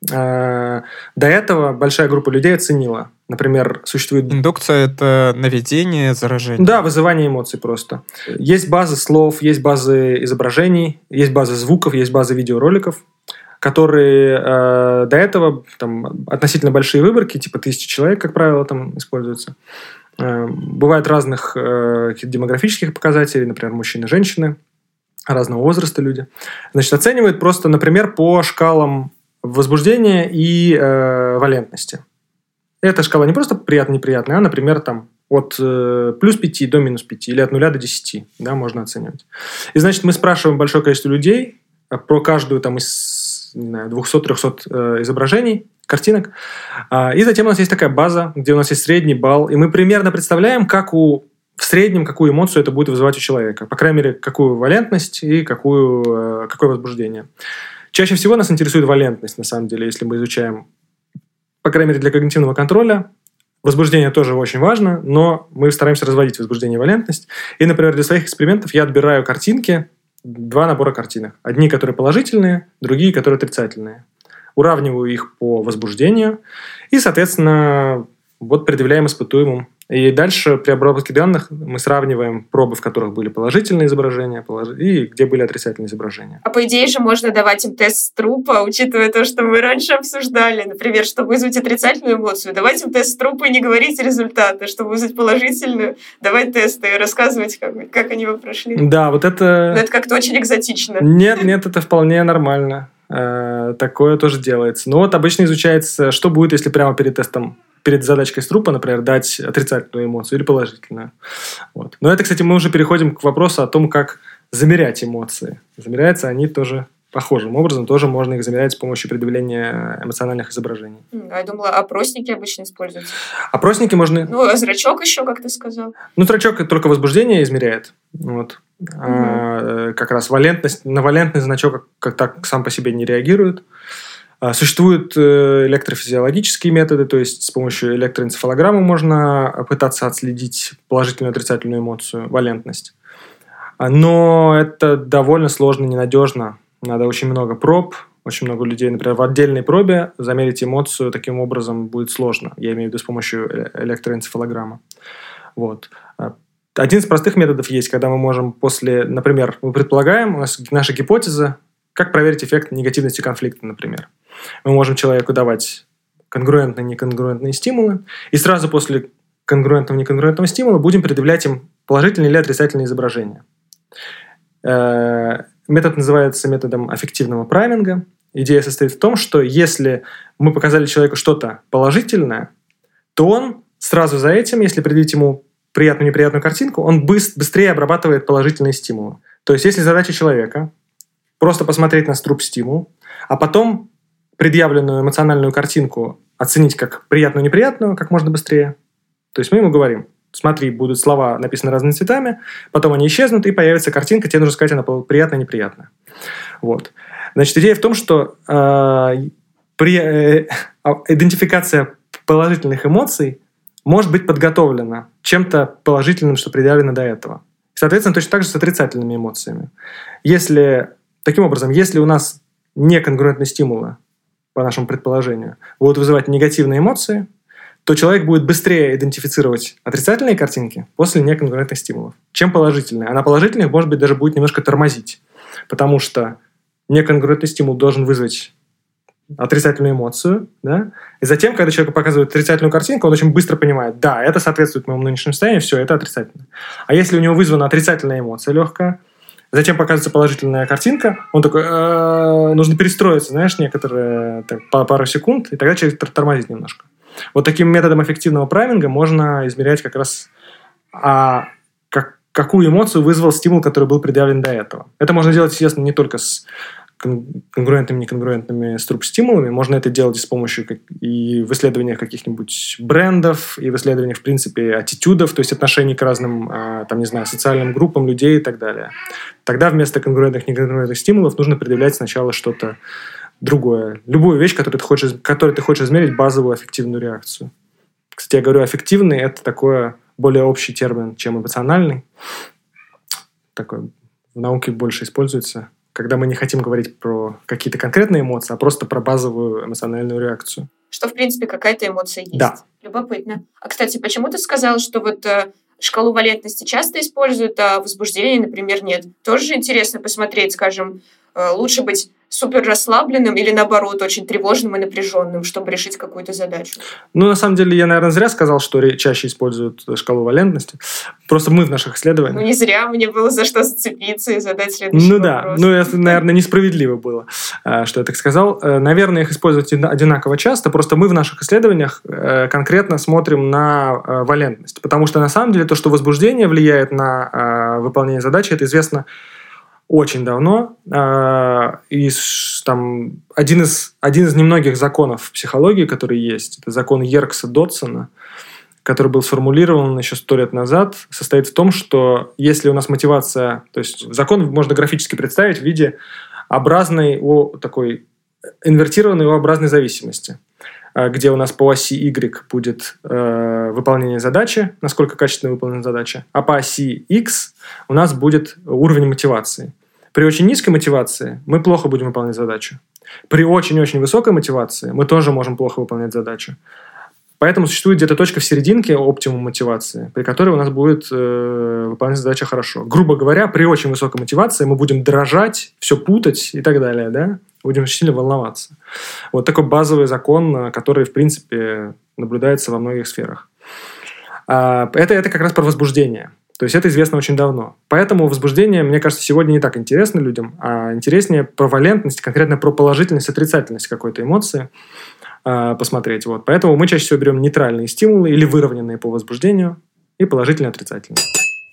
э, до этого большая группа людей оценила. Например, существует... Индукция — это наведение, заражение. Да, вызывание эмоций просто. Есть базы слов, есть базы изображений, есть базы звуков, есть базы видеороликов, которые э, до этого там, относительно большие выборки, типа тысячи человек, как правило, там используются. Э, бывают разных э, демографических показателей, например, мужчины и женщины, разного возраста люди. Значит, оценивают просто, например, по шкалам возбуждения и э, валентности. Эта шкала не просто приятно-неприятная, а, например, там, от э, плюс пяти до минус пяти или от нуля до десяти, да, можно оценивать. И, значит, мы спрашиваем большое количество людей про каждую там, из не знаю, двухсот-трехсот э, изображений, картинок. А, и затем у нас есть такая база, где у нас есть средний балл, и мы примерно представляем, как у, в среднем, какую эмоцию это будет вызывать у человека. По крайней мере, какую валентность и какую, э, какое возбуждение. Чаще всего нас интересует валентность, на самом деле, если мы изучаем, по крайней мере, для когнитивного контроля. Возбуждение тоже очень важно, но мы стараемся разводить возбуждение и валентность. И, например, для своих экспериментов я отбираю картинки, два набора картинок. Одни, которые положительные, другие, которые отрицательные. Уравниваю их по возбуждению и, соответственно, вот предъявляем испытуемым. И дальше при обработке данных мы сравниваем пробы, в которых были положительные изображения, и где были отрицательные изображения. А по идее же можно давать им тест трупа, учитывая то, что мы раньше обсуждали. Например, чтобы вызвать отрицательную эмоцию, давать им тест трупа и не говорить результаты. Чтобы вызвать положительную, давать тесты и рассказывать, как, как они его прошли. Да, вот это... Но это как-то очень экзотично. Нет, нет, это вполне нормально. Такое тоже делается. Но вот обычно изучается, что будет, если прямо перед тестом, перед задачкой с трупа, например, дать отрицательную эмоцию или положительную. Вот. Но это, кстати, мы уже переходим к вопросу о том, как замерять эмоции. Замеряются они тоже похожим образом. Тоже можно их замерять с помощью предъявления эмоциональных изображений. А я думала, опросники обычно используются. Опросники можно... Ну, а зрачок еще, как ты сказал? Ну, зрачок только возбуждение измеряет. Вот. Угу. А, как раз валентность, на валентный значок как так сам по себе не реагирует. А, существуют электрофизиологические методы, то есть с помощью электроэнцефалограммы можно пытаться отследить положительную и отрицательную эмоцию, валентность. Но это довольно сложно, ненадежно. Надо очень много проб, очень много людей. Например, в отдельной пробе замерить эмоцию таким образом будет сложно. Я имею в виду с помощью электроэнцефалограммы. Вот. Один из простых методов есть, когда мы можем после, например, мы предполагаем, у нас наша гипотеза, как проверить эффект негативности конфликта, например. Мы можем человеку давать конгруентные и неконгруентные стимулы, и сразу после конгруентного и неконгруентного стимула будем предъявлять им положительные или отрицательные изображения. Метод называется методом аффективного прайминга. Идея состоит в том, что если мы показали человеку что-то положительное, то он сразу за этим, если предъявить ему приятную-неприятную картинку, он быстрее обрабатывает положительные стимулы. То есть, если задача человека просто посмотреть на струп-стимул, а потом предъявленную эмоциональную картинку оценить как приятную-неприятную как можно быстрее, то есть мы ему говорим: смотри, будут слова написаны разными цветами, потом они исчезнут, и появится картинка, тебе нужно сказать, она приятная-неприятная. Вот. Значит, идея в том, что э, при, э, идентификация положительных эмоций может быть подготовлена чем-то положительным, что предъявлено до этого. Соответственно, точно так же с отрицательными эмоциями. Если, таким образом, если у нас неконгруентные стимулы, по нашему предположению, будут вызывать негативные эмоции, то человек будет быстрее идентифицировать отрицательные картинки после неконгруентных стимулов, чем положительные. А на положительных, может быть, даже будет немножко тормозить, потому что неконгруентный стимул должен вызвать отрицательную эмоцию, да? И затем, когда человеку показывают отрицательную картинку, он очень быстро понимает: да, это соответствует моему нынешнему состоянию, все, это отрицательно. А если у него вызвана отрицательная эмоция легкая, затем показывается положительная картинка, он такой: нужно перестроиться, знаешь, некоторые так, пару секунд, и тогда человек тормозит немножко. Вот таким методом эффективного прайминга можно измерять как раз, а, как, какую эмоцию вызвал стимул, который был предъявлен до этого. Это можно делать, естественно, не только с конгруентными, неконгруентными стимулами. Можно это делать и с помощью как, и в исследованиях каких-нибудь брендов, и в аттитюдов, в принципе, аттитюдов, то есть отношений к разным, там, не знаю, социальным группам людей и так далее. Тогда вместо конгруентных, неконгруентных стимулов нужно предъявлять сначала что-то другое. Любую вещь, которую ты хочешь, которой ты хочешь измерить базовую аффективную реакцию. Кстати, я говорю аффективный, это такой более общий термин, чем эмоциональный. Такой в науке больше используется, когда мы не хотим говорить про какие-то конкретные эмоции, а просто про базовую эмоциональную реакцию. Что, в принципе, какая-то эмоция есть. Да. Любопытно. А, кстати, почему ты сказал, что вот э, шкалу валентности часто используют, а возбуждения, например, нет? Тоже интересно посмотреть, скажем, э, лучше быть супер расслабленным или, наоборот, очень тревожным и напряженным, чтобы решить какую-то задачу? Ну, на самом деле, я, наверное, зря сказал, что чаще используют шкалу валентности. Просто мы в наших исследованиях... Ну, не зря, мне было за что зацепиться и задать следующий ну, вопрос. Ну, да, ну, это, наверное, несправедливо было, что я так сказал. Наверное, их используют одинаково часто, просто мы в наших исследованиях конкретно смотрим на валентность. Потому что, на самом деле, то, что возбуждение влияет на выполнение задачи, это известно очень давно. И там, один, из, один из немногих законов психологии, которые есть, это закон Йеркса-Дотсона, который был сформулирован еще сто лет назад, состоит в том, что если у нас мотивация... То есть закон можно графически представить в виде образной, о, такой инвертированной O-образной зависимости, где у нас по оси Y будет э, выполнение задачи, насколько качественно выполнена задача, а по оси X у нас будет уровень мотивации. При очень низкой мотивации мы плохо будем выполнять задачу. При очень-очень высокой мотивации мы тоже можем плохо выполнять задачу. Поэтому существует где-то точка в серединке оптимум мотивации, при которой у нас будет э, выполнять задача хорошо. Грубо говоря, при очень высокой мотивации мы будем дрожать, все путать и так далее, да? Будем очень сильно волноваться. Вот такой базовый закон, который, в принципе, наблюдается во многих сферах. Это, это как раз про возбуждение. То есть это известно очень давно. Поэтому возбуждение, мне кажется, сегодня не так интересно людям, а интереснее про валентность, конкретно про положительность, отрицательность какой-то эмоции посмотреть. Вот. Поэтому мы чаще всего берем нейтральные стимулы или выровненные по возбуждению и положительные, отрицательные.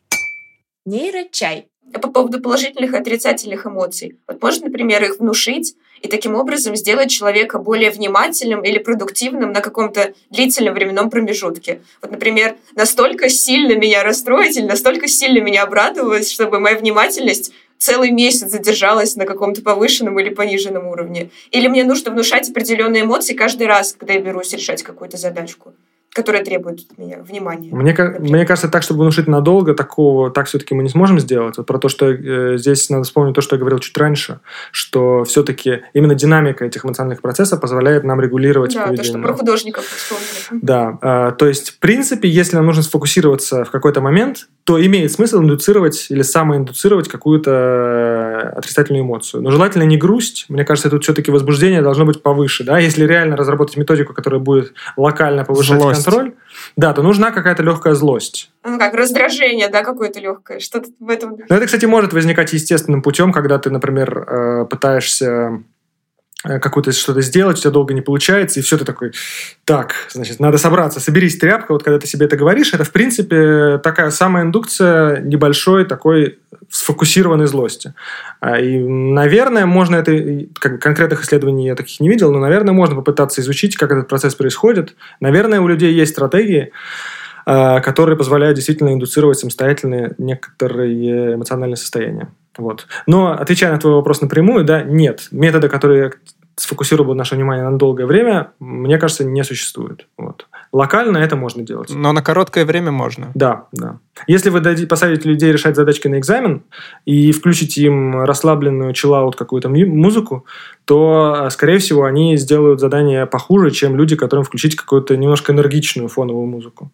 Нейрочай. А по поводу положительных и отрицательных эмоций. Вот можно, например, их внушить и таким образом сделать человека более внимательным или продуктивным на каком-то длительном временном промежутке. Вот, например, настолько сильно меня расстроить или настолько сильно меня обрадовать, чтобы моя внимательность целый месяц задержалась на каком-то повышенном или пониженном уровне. Или мне нужно внушать определенные эмоции каждый раз, когда я берусь решать какую-то задачку, которая требует от меня внимания. Мне, мне кажется, так, чтобы внушить надолго, такого, так все-таки мы не сможем сделать. Вот про то, что э, здесь надо вспомнить то, что я говорил чуть раньше, что все-таки именно динамика этих эмоциональных процессов позволяет нам регулировать да, поведение. Да, то, что про художников вспомнили. Да, э, то есть, в принципе, если нам нужно сфокусироваться в какой-то момент, то имеет смысл индуцировать или самоиндуцировать какую-то отрицательную эмоцию. Но желательно не грусть. Мне кажется, тут все-таки возбуждение должно быть повыше. Да? Если реально разработать методику, которая будет локально повышать злость. Контроль, да, то нужна какая-то легкая злость. Ну как, раздражение, да, какое-то легкое. Что-то в этом... Но это, кстати, может возникать естественным путем, когда ты, например, пытаешься какую-то что-то сделать, у тебя долго не получается, и все, ты такой, так, значит, надо собраться, соберись, тряпка. Вот когда ты себе это говоришь, это, в принципе, такая самоиндукция небольшой такой сфокусированной злости. И, наверное, можно это, конкретных исследований я таких не видел, но, наверное, можно попытаться изучить, как этот процесс происходит. Наверное, у людей есть стратегии, которые позволяют действительно индуцировать самостоятельно некоторые эмоциональные состояния. Вот. Но, отвечая на твой вопрос напрямую, да, нет. Метода, который сфокусировал наше внимание на долгое время, мне кажется, не существует. Вот. Локально это можно делать. Но на короткое время можно. Да, да. Если вы посадите людей решать задачки на экзамен и включите им расслабленную чиллаут какую-то музыку, то, скорее всего, они сделают задание похуже, чем люди, которым включить какую-то немножко энергичную фоновую музыку,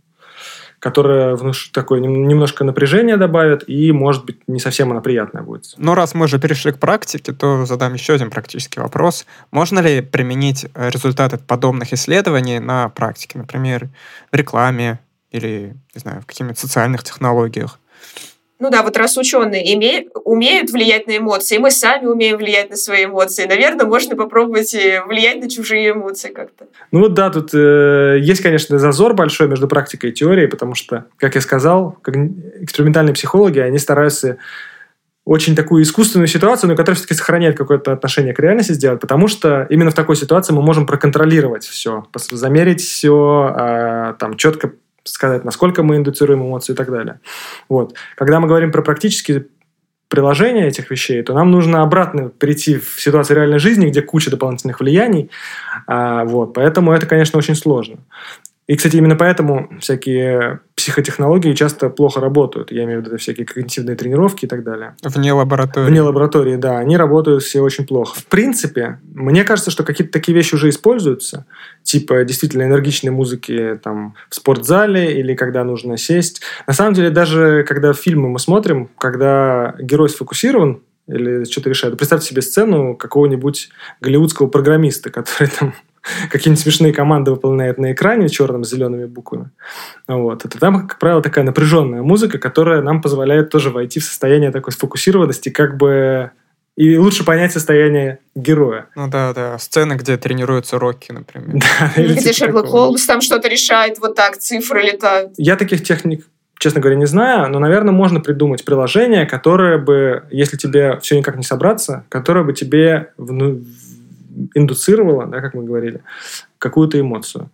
которая такое немножко напряжение добавит, и, может быть, не совсем она приятная будет. Но раз мы уже перешли к практике, то задам еще один практический вопрос. Можно ли применить результаты подобных исследований на практике, например, в рекламе или, не знаю, в каких-нибудь социальных технологиях? Ну да, вот раз ученые име... умеют влиять на эмоции, мы сами умеем влиять на свои эмоции, наверное, можно попробовать влиять на чужие эмоции как-то. Ну вот да, тут э, есть, конечно, зазор большой между практикой и теорией, потому что, как я сказал, как экспериментальные психологи, они стараются очень такую искусственную ситуацию, но которая все-таки сохраняет какое-то отношение к реальности сделать, потому что именно в такой ситуации мы можем проконтролировать все, замерить все, э, там, четко сказать, насколько мы индуцируем эмоции и так далее. Вот. Когда мы говорим про практические приложения этих вещей, то нам нужно обратно перейти в ситуацию реальной жизни, где куча дополнительных влияний. Э, вот. Поэтому это, конечно, очень сложно. И, кстати, именно поэтому всякие психотехнологии часто плохо работают. Я имею в виду всякие когнитивные тренировки и так далее. Вне лаборатории. Вне лаборатории, да. Они работают все очень плохо. В принципе, мне кажется, что какие-то такие вещи уже используются. Типа действительно энергичной музыки там, в спортзале или когда нужно сесть. На самом деле, даже когда фильмы мы смотрим, когда герой сфокусирован или что-то решает, представьте себе сцену какого-нибудь голливудского программиста, который там какие-нибудь смешные команды выполняет на экране черным с зелеными буквами. Вот. Это там, как правило, такая напряженная музыка, которая нам позволяет тоже войти в состояние такой сфокусированности, как бы и лучше понять состояние героя. Ну да, да. Сцены, где тренируются Рокки, например. Да, или где Шерлок Холмс там что-то решает, вот так цифры летают. Я таких техник, честно говоря, не знаю, но, наверное, можно придумать приложение, которое бы, если тебе все никак не собраться, которое бы тебе вну... индуцировала, да, как мы говорили, какую-то эмоцию.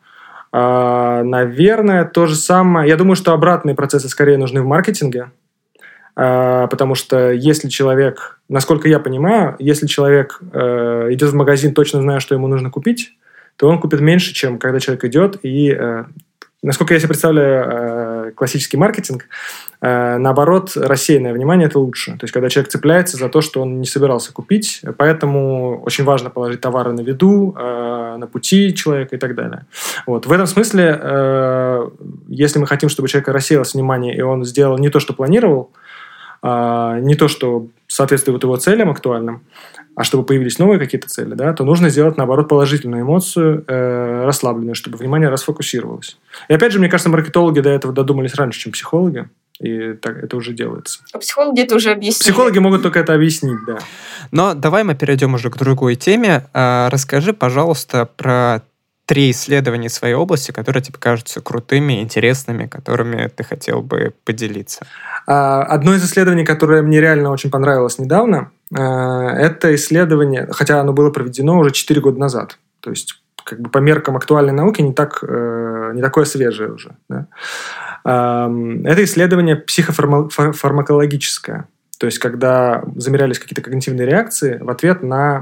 А, наверное, то же самое. Я думаю, что обратные процессы скорее нужны в маркетинге, а, потому что если человек, насколько я понимаю, если человек э, идет в магазин, точно зная, что ему нужно купить, то он купит меньше, чем когда человек идет и... Э, насколько я себе представляю э, классический маркетинг, э, наоборот, рассеянное внимание – это лучше. То есть, когда человек цепляется за то, что он не собирался купить, поэтому очень важно положить товары на виду, э, на пути человека и так далее. Вот. В этом смысле, э, если мы хотим, чтобы у человека рассеялось внимание, и он сделал не то, что планировал, э, не то, что соответствует его целям актуальным, а чтобы появились новые какие-то цели, да, то нужно сделать, наоборот, положительную эмоцию, э, расслабленную, чтобы внимание расфокусировалось. И опять же, мне кажется, маркетологи до этого додумались раньше, чем психологи, и так это уже делается. А психологи это уже объяснили. Психологи могут только это объяснить, да. Но давай мы перейдем уже к другой теме. А, расскажи, пожалуйста, про три исследования своей области, которые тебе кажутся крутыми, интересными, которыми ты хотел бы поделиться. Одно из исследований, которое мне реально очень понравилось недавно, это исследование, хотя оно было проведено уже четыре года назад. То есть, как бы по меркам актуальной науки не, так, не такое свежее уже. Да? Это исследование психофармакологическое. То есть, когда замерялись какие-то когнитивные реакции в ответ на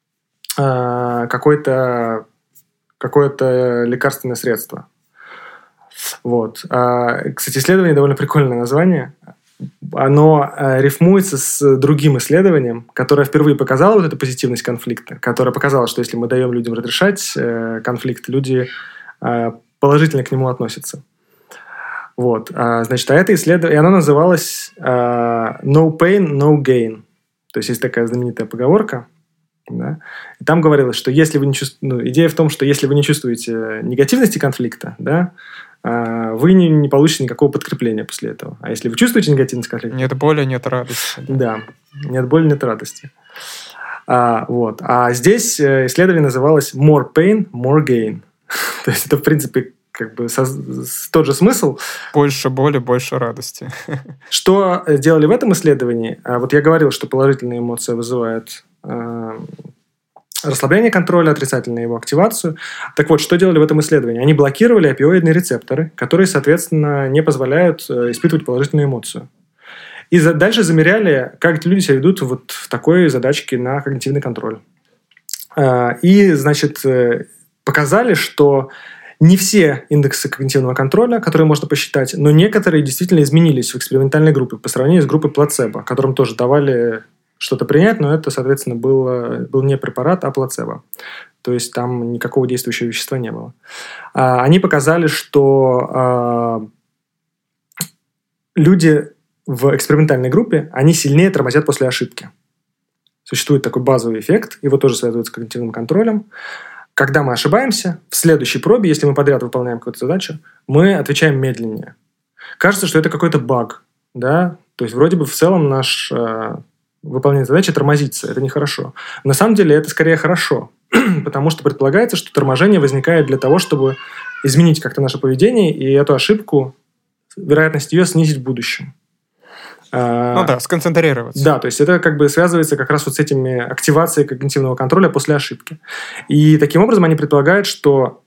какой-то какое-то лекарственное средство. Вот. Кстати, исследование довольно прикольное название. Оно рифмуется с другим исследованием, которое впервые показало вот эту позитивность конфликта, которое показало, что если мы даем людям разрешать конфликт, люди положительно к нему относятся. Вот. Значит, а это исследование, и оно называлось no pain, no gain. То есть, есть такая знаменитая поговорка. Да? И там говорилось, что если вы не чувствуете, ну, идея в том, что если вы не чувствуете негативности конфликта, да, вы не, не получите никакого подкрепления после этого. А если вы чувствуете негативность конфликта... Нет боли, нет радости. Да, нет боли, нет радости. А, вот. А здесь исследование называлось more pain, more gain. То есть это, в принципе, как бы со, с, тот же смысл. Больше боли, больше радости. Что делали в этом исследовании? Вот я говорил, что положительные эмоции вызывают расслабление контроля, отрицательную его активацию. Так вот, что делали в этом исследовании? Они блокировали опиоидные рецепторы, которые, соответственно, не позволяют испытывать положительную эмоцию. И за, дальше замеряли, как люди себя ведут вот в такой задачке на когнитивный контроль. И, значит, показали, что не все индексы когнитивного контроля, которые можно посчитать, но некоторые действительно изменились в экспериментальной группе по сравнению с группой плацебо, которым тоже давали что-то принять, но это, соответственно, был, был не препарат, а плацебо. То есть там никакого действующего вещества не было. Они показали, что люди в экспериментальной группе, они сильнее тормозят после ошибки. Существует такой базовый эффект, его тоже связывают с когнитивным контролем. Когда мы ошибаемся, в следующей пробе, если мы подряд выполняем какую-то задачу, мы отвечаем медленнее. Кажется, что это какой-то баг, да? То есть вроде бы в целом наш э, выполнение задачи тормозится. Это нехорошо. На самом деле это скорее хорошо, потому что предполагается, что торможение возникает для того, чтобы изменить как-то наше поведение и эту ошибку, вероятность ее снизить в будущем. Ну да, сконцентрироваться. Да, то есть это как бы связывается как раз вот с этими активацией когнитивного контроля после ошибки. И таким образом они предполагают, что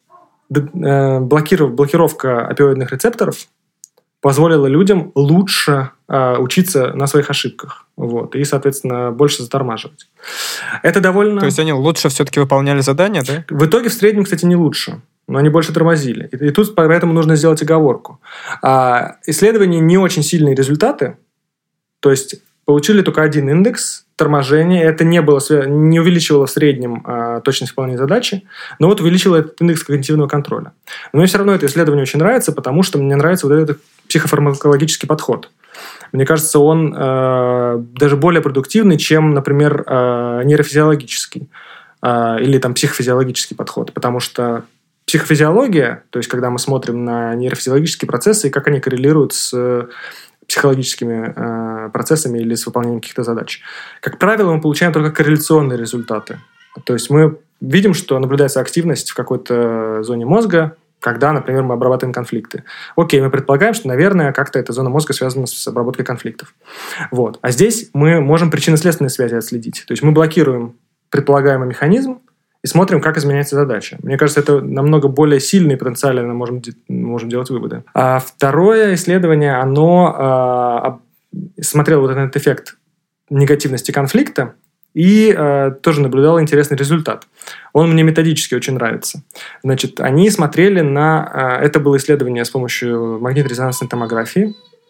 блокировка опиоидных рецепторов позволила людям лучше э, учиться на своих ошибках. Вот, и, соответственно, больше затормаживать. Это довольно... То есть они лучше все-таки выполняли задания, да? В итоге в среднем, кстати, не лучше. Но они больше тормозили. И, и тут поэтому нужно сделать оговорку. А, исследования не очень сильные результаты. То есть получили только один индекс торможения. Это не, было, не увеличивало в среднем а, точность выполнения задачи, но вот увеличило этот индекс когнитивного контроля. Но мне все равно это исследование очень нравится, потому что мне нравится вот этот психофармакологический подход. Мне кажется, он э, даже более продуктивный, чем, например, э, нейрофизиологический э, или там, психофизиологический подход. Потому что психофизиология, то есть когда мы смотрим на нейрофизиологические процессы и как они коррелируют с психологическими э, процессами или с выполнением каких-то задач, как правило, мы получаем только корреляционные результаты. То есть мы видим, что наблюдается активность в какой-то зоне мозга, когда, например, мы обрабатываем конфликты. Окей, мы предполагаем, что, наверное, как-то эта зона мозга связана с обработкой конфликтов. Вот. А здесь мы можем причинно-следственные связи отследить. То есть мы блокируем предполагаемый механизм и смотрим, как изменяется задача. Мне кажется, это намного более сильно и потенциально мы можем, можем делать выводы. А второе исследование, оно а, смотрело вот этот эффект негативности конфликта, и э, тоже наблюдал интересный результат. Он мне методически очень нравится. Значит, они смотрели на... Э, это было исследование с помощью магнитно-резонансной томографии.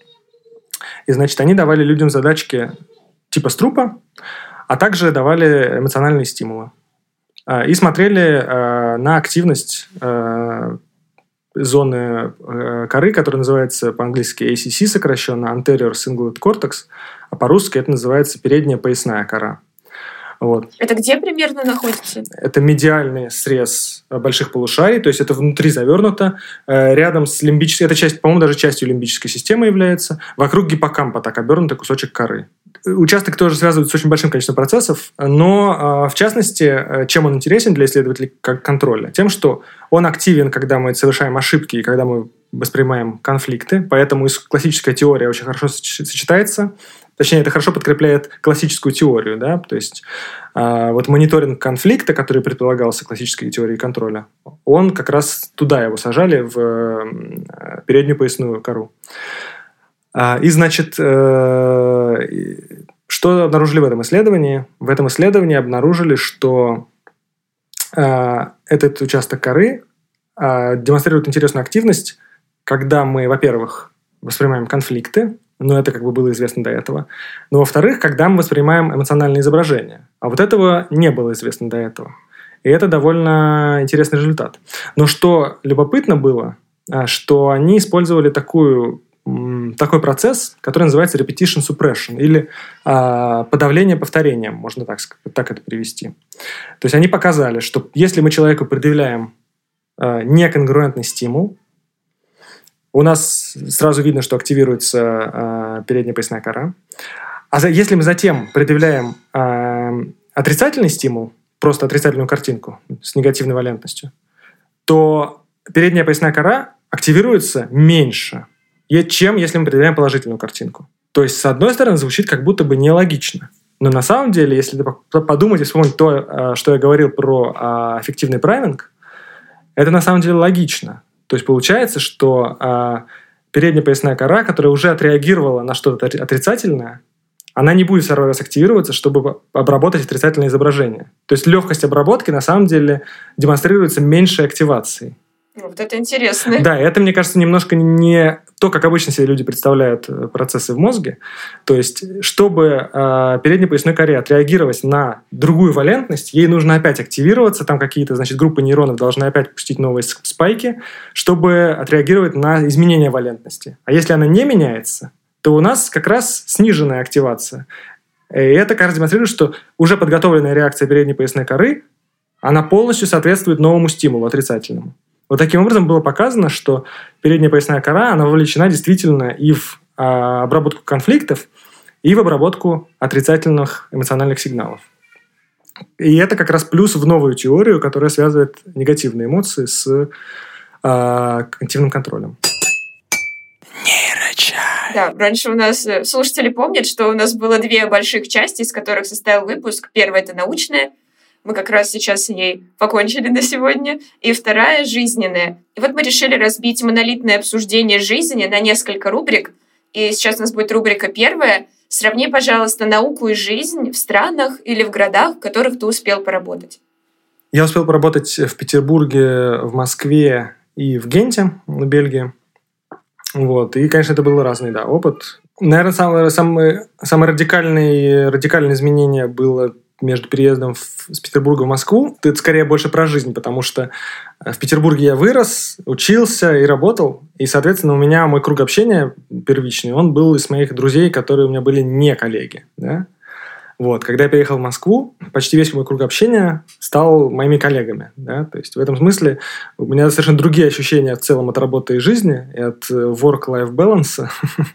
И, значит, они давали людям задачки типа струпа, а также давали эмоциональные стимулы. Э, и смотрели э, на активность э, зоны э, коры, которая называется по-английски эй си си, сокращенно Anterior Cingulate Cortex, а по-русски это называется передняя поясная кора. Вот. Это где примерно находится? Это медиальный срез больших полушарий, то есть это внутри завернуто, рядом с лимбической, эта часть, по-моему, даже частью лимбической системы является, вокруг гиппокампа так обернутый кусочек коры. Участок тоже связывает с очень большим количеством процессов, но, в частности, чем он интересен для исследователей контроля? Тем, что он активен, когда мы совершаем ошибки и когда мы воспринимаем конфликты, поэтому классическая теория очень хорошо сочетается. Точнее, это хорошо подкрепляет классическую теорию, да, то есть э, вот мониторинг конфликта, который предполагался классической теорией контроля, он как раз туда его сажали, в э, переднюю поясную кору. А, и, значит, э, что обнаружили в этом исследовании? В этом исследовании обнаружили, что э, этот участок коры э, демонстрирует интересную активность, когда мы, во-первых, воспринимаем конфликты, но это как бы было известно до этого. Но, во-вторых, когда мы воспринимаем эмоциональные изображения. А вот этого не было известно до этого. И это довольно интересный результат. Но что любопытно было, что они использовали такую, такой процесс, который называется repetition suppression, или а, подавление повторением, можно так, так это перевести. То есть они показали, что если мы человеку предъявляем а, неконгруентный стимул, у нас сразу видно, что активируется э, передняя поясная кора. А за, если мы затем предъявляем э, отрицательный стимул, просто отрицательную картинку с негативной валентностью, то передняя поясная кора активируется меньше, чем если мы предъявляем положительную картинку. То есть, с одной стороны, звучит как будто бы нелогично. Но на самом деле, если подумать и вспомнить то, что я говорил про э, аффективный прайминг, это на самом деле логично. То есть получается, что э, передняя поясная кора, которая уже отреагировала на что-то отрицательное, она не будет второй раз активироваться, чтобы обработать отрицательное изображение. То есть легкость обработки на самом деле демонстрируется меньшей активацией. Вот это интересно. Да, это, мне кажется, немножко не то, как обычно себе люди представляют процессы в мозге. То есть, чтобы э, передней поясной коре отреагировать на другую валентность, ей нужно опять активироваться, там какие-то, значит, группы нейронов должны опять пустить новые спайки, чтобы отреагировать на изменение валентности. А если она не меняется, то у нас как раз сниженная активация. И это как раз демонстрирует, что уже подготовленная реакция передней поясной коры, она полностью соответствует новому стимулу, отрицательному. Вот таким образом было показано, что передняя поясная кора, она вовлечена действительно и в а, обработку конфликтов, и в обработку отрицательных эмоциональных сигналов. И это как раз плюс в новую теорию, которая связывает негативные эмоции с а, когнитивным контролем. Нейрочай. Да, раньше у нас слушатели помнят, что у нас было две больших части, из которых состоял выпуск. Первая — это научная. Мы как раз сейчас с ней покончили на сегодня. И вторая — жизненная. И вот мы решили разбить монолитное обсуждение жизни на несколько рубрик. И сейчас у нас будет рубрика первая. Сравни, пожалуйста, науку и жизнь в странах или в городах, в которых ты успел поработать. Я успел поработать в Петербурге, в Москве и в Генте, в Бельгии. Вот. И, конечно, это был разный, да, опыт. Наверное, самое, самое, самое радикальное, радикальное изменение было между переездом в, с Петербурга в Москву. Это скорее больше про жизнь, потому что в Петербурге я вырос, учился и работал. И, соответственно, у меня мой круг общения первичный, он был из моих друзей, которые у меня были не коллеги. Да? Вот. Когда я переехал в Москву, почти весь мой круг общения стал моими коллегами. Да? То есть в этом смысле у меня совершенно другие ощущения в целом от работы и жизни, и от work-life balance.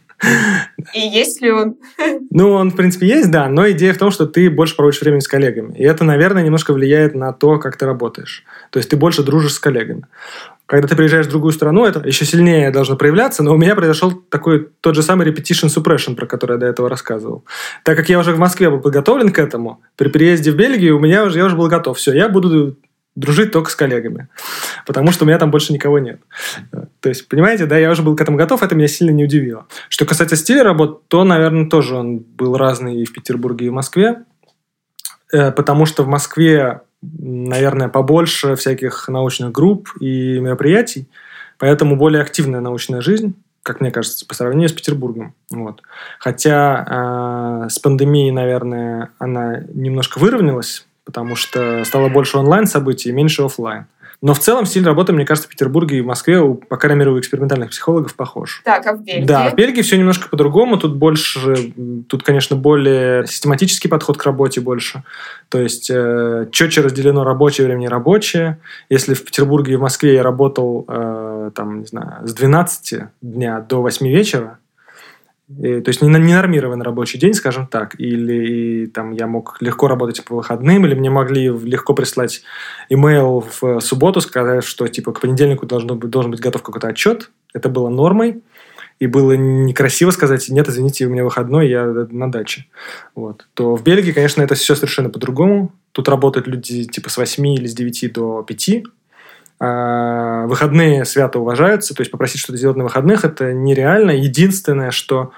И есть ли он? Ну, он, в принципе, есть, да, но идея в том, что ты больше проводишь времени с коллегами. И это, наверное, немножко влияет на то, как ты работаешь. То есть ты больше дружишь с коллегами. Когда ты приезжаешь в другую страну, это еще сильнее должно проявляться, но у меня произошел такой тот же самый repetition suppression, про который я до этого рассказывал. Так как я уже в Москве был подготовлен к этому, при переезде в Бельгию у меня уже, я уже был готов. Все, я буду дружить только с коллегами, потому что у меня там больше никого нет. То есть, понимаете, да, я уже был к этому готов, это меня сильно не удивило. Что касается стиля работ, то, наверное, тоже он был разный и в Петербурге, и в Москве, потому что в Москве, наверное, побольше всяких научных групп и мероприятий, поэтому более активная научная жизнь, как мне кажется, по сравнению с Петербургом. Вот. Хотя э, с пандемией, наверное, она немножко выровнялась, потому что стало больше онлайн-событий и меньше офлайн. Но в целом стиль работы, мне кажется, в Петербурге и в Москве, у, по крайней мере, у экспериментальных психологов похож. Так, а в Бельгии? Да, в Бельгии все немножко по-другому. Тут больше, тут, конечно, более систематический подход к работе больше. То есть э, четче разделено рабочее время и нерабочее. Если в Петербурге и в Москве я работал э, там, не знаю, с двенадцати дня до восьми вечера, И, то есть не, не нормированный рабочий день, скажем так, или там, я мог легко работать по выходным, или мне могли легко прислать имейл в субботу, сказать, что типа к понедельнику должно быть, должен быть готов какой-то отчет. Это было нормой, и было некрасиво сказать: нет, извините, у меня выходной, я на даче. Вот. То в Бельгии, конечно, это все совершенно по-другому. Тут работают люди типа с восьми или с девяти до пяти. А выходные свято уважаются, то есть попросить что-то сделать на выходных – это нереально. Единственное, что…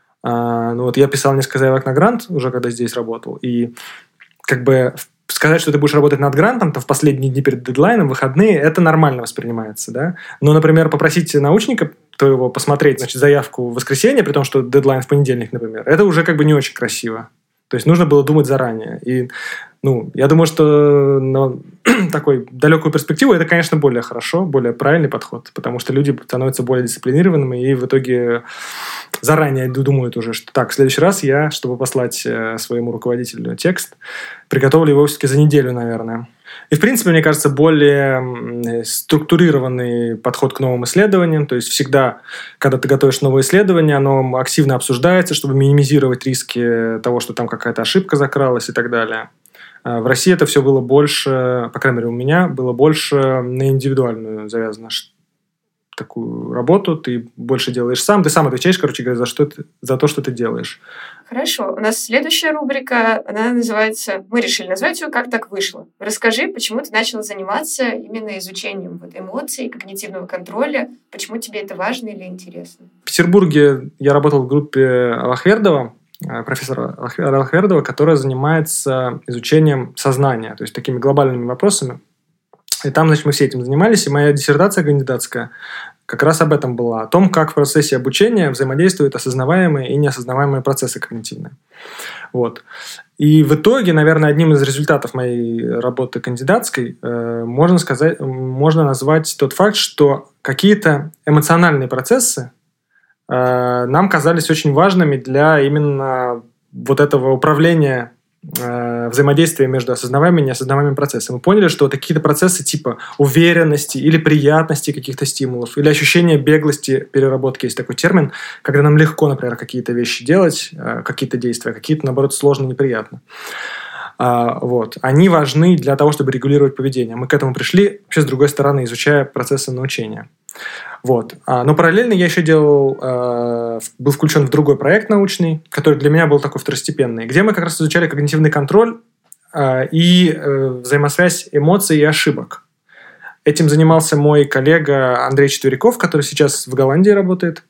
А, ну вот я писал несколько заявок на грант, уже когда здесь работал, и как бы сказать, что ты будешь работать над грантом, то в последние дни перед дедлайном, выходные, это нормально воспринимается, да. Но, например, попросить научника твоего посмотреть, значит, заявку в воскресенье, при том, что дедлайн в понедельник, например, это уже как бы не очень красиво. То есть нужно было думать заранее. И, ну, я думаю, что на такой далекую перспективу это, конечно, более хорошо, более правильный подход, потому что люди становятся более дисциплинированными и в итоге заранее думают уже, что так, в следующий раз я, чтобы послать своему руководителю текст, приготовлю его все-таки за неделю, наверное. И, в принципе, мне кажется, более структурированный подход к новым исследованиям. То есть всегда, когда ты готовишь новое исследование, оно активно обсуждается, чтобы минимизировать риски того, что там какая-то ошибка закралась и так далее. В России это все было больше, по крайней мере, у меня было больше на индивидуальную завязано такую работу. Ты больше делаешь сам, ты сам отвечаешь, короче говоря, за, что ты, за то, что ты делаешь. Хорошо. У нас следующая рубрика, она называется, мы решили назвать ее «Как так вышло?». Расскажи, почему ты начал заниматься именно изучением вот эмоций, когнитивного контроля, почему тебе это важно или интересно? В Петербурге я работал в группе Аллахвердова, профессора Аллахвердова, которая занимается изучением сознания, то есть такими глобальными вопросами. И там, значит, мы все этим занимались, и моя диссертация кандидатская как раз об этом была, о том, как в процессе обучения взаимодействуют осознаваемые и неосознаваемые процессы когнитивные. Вот. И в итоге, наверное, одним из результатов моей работы кандидатской э, можно сказать, можно назвать тот факт, что какие-то эмоциональные процессы э, нам казались очень важными для именно вот этого управления взаимодействие между осознаваемыми и неосознаваемыми процессами. Мы поняли, что какие-то процессы типа уверенности или приятности каких-то стимулов, или ощущения беглости переработки, есть такой термин, когда нам легко, например, какие-то вещи делать, какие-то действия, какие-то, наоборот, сложно, неприятно. Вот. Они важны для того, чтобы регулировать поведение. Мы к этому пришли вообще с другой стороны, изучая процессы научения. Вот. Но параллельно я еще делал, был включен в другой проект научный, который для меня был такой второстепенный, где мы как раз изучали когнитивный контроль и взаимосвязь эмоций и ошибок. Этим занимался мой коллега Андрей Четверяков, который сейчас в Голландии работает.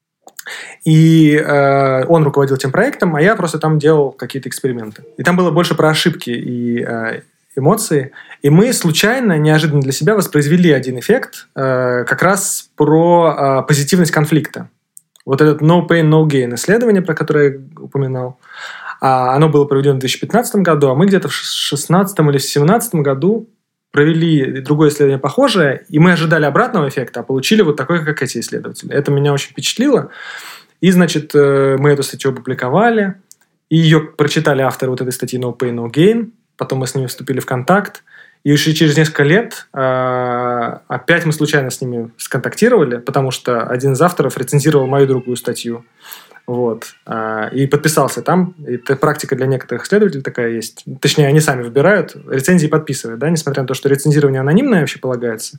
И э, он руководил этим проектом, а я просто там делал какие-то эксперименты. И там было больше про ошибки и э, эмоции. И мы случайно, неожиданно для себя воспроизвели один эффект э, как раз про э, позитивность конфликта. Вот этот no pain, no gain исследование, про которое я упоминал, а оно было проведено в две тысячи пятнадцатом году, а мы где-то в две тысячи шестнадцатом или две тысячи семнадцатом году провели другое исследование похожее, и мы ожидали обратного эффекта, а получили вот такой, как эти исследователи. Это меня очень впечатлило. И, значит, мы эту статью опубликовали, и ее прочитали авторы вот этой статьи No Pain, No Gain. Потом мы с ними вступили в контакт. И уже через несколько лет э, опять мы случайно с ними сконтактировали, потому что один из авторов рецензировал мою другую статью. Вот. Э, и подписался там. Это практика для некоторых исследователей такая есть. Точнее, они сами выбирают, рецензии подписывают, да, несмотря на то, что рецензирование анонимное вообще полагается.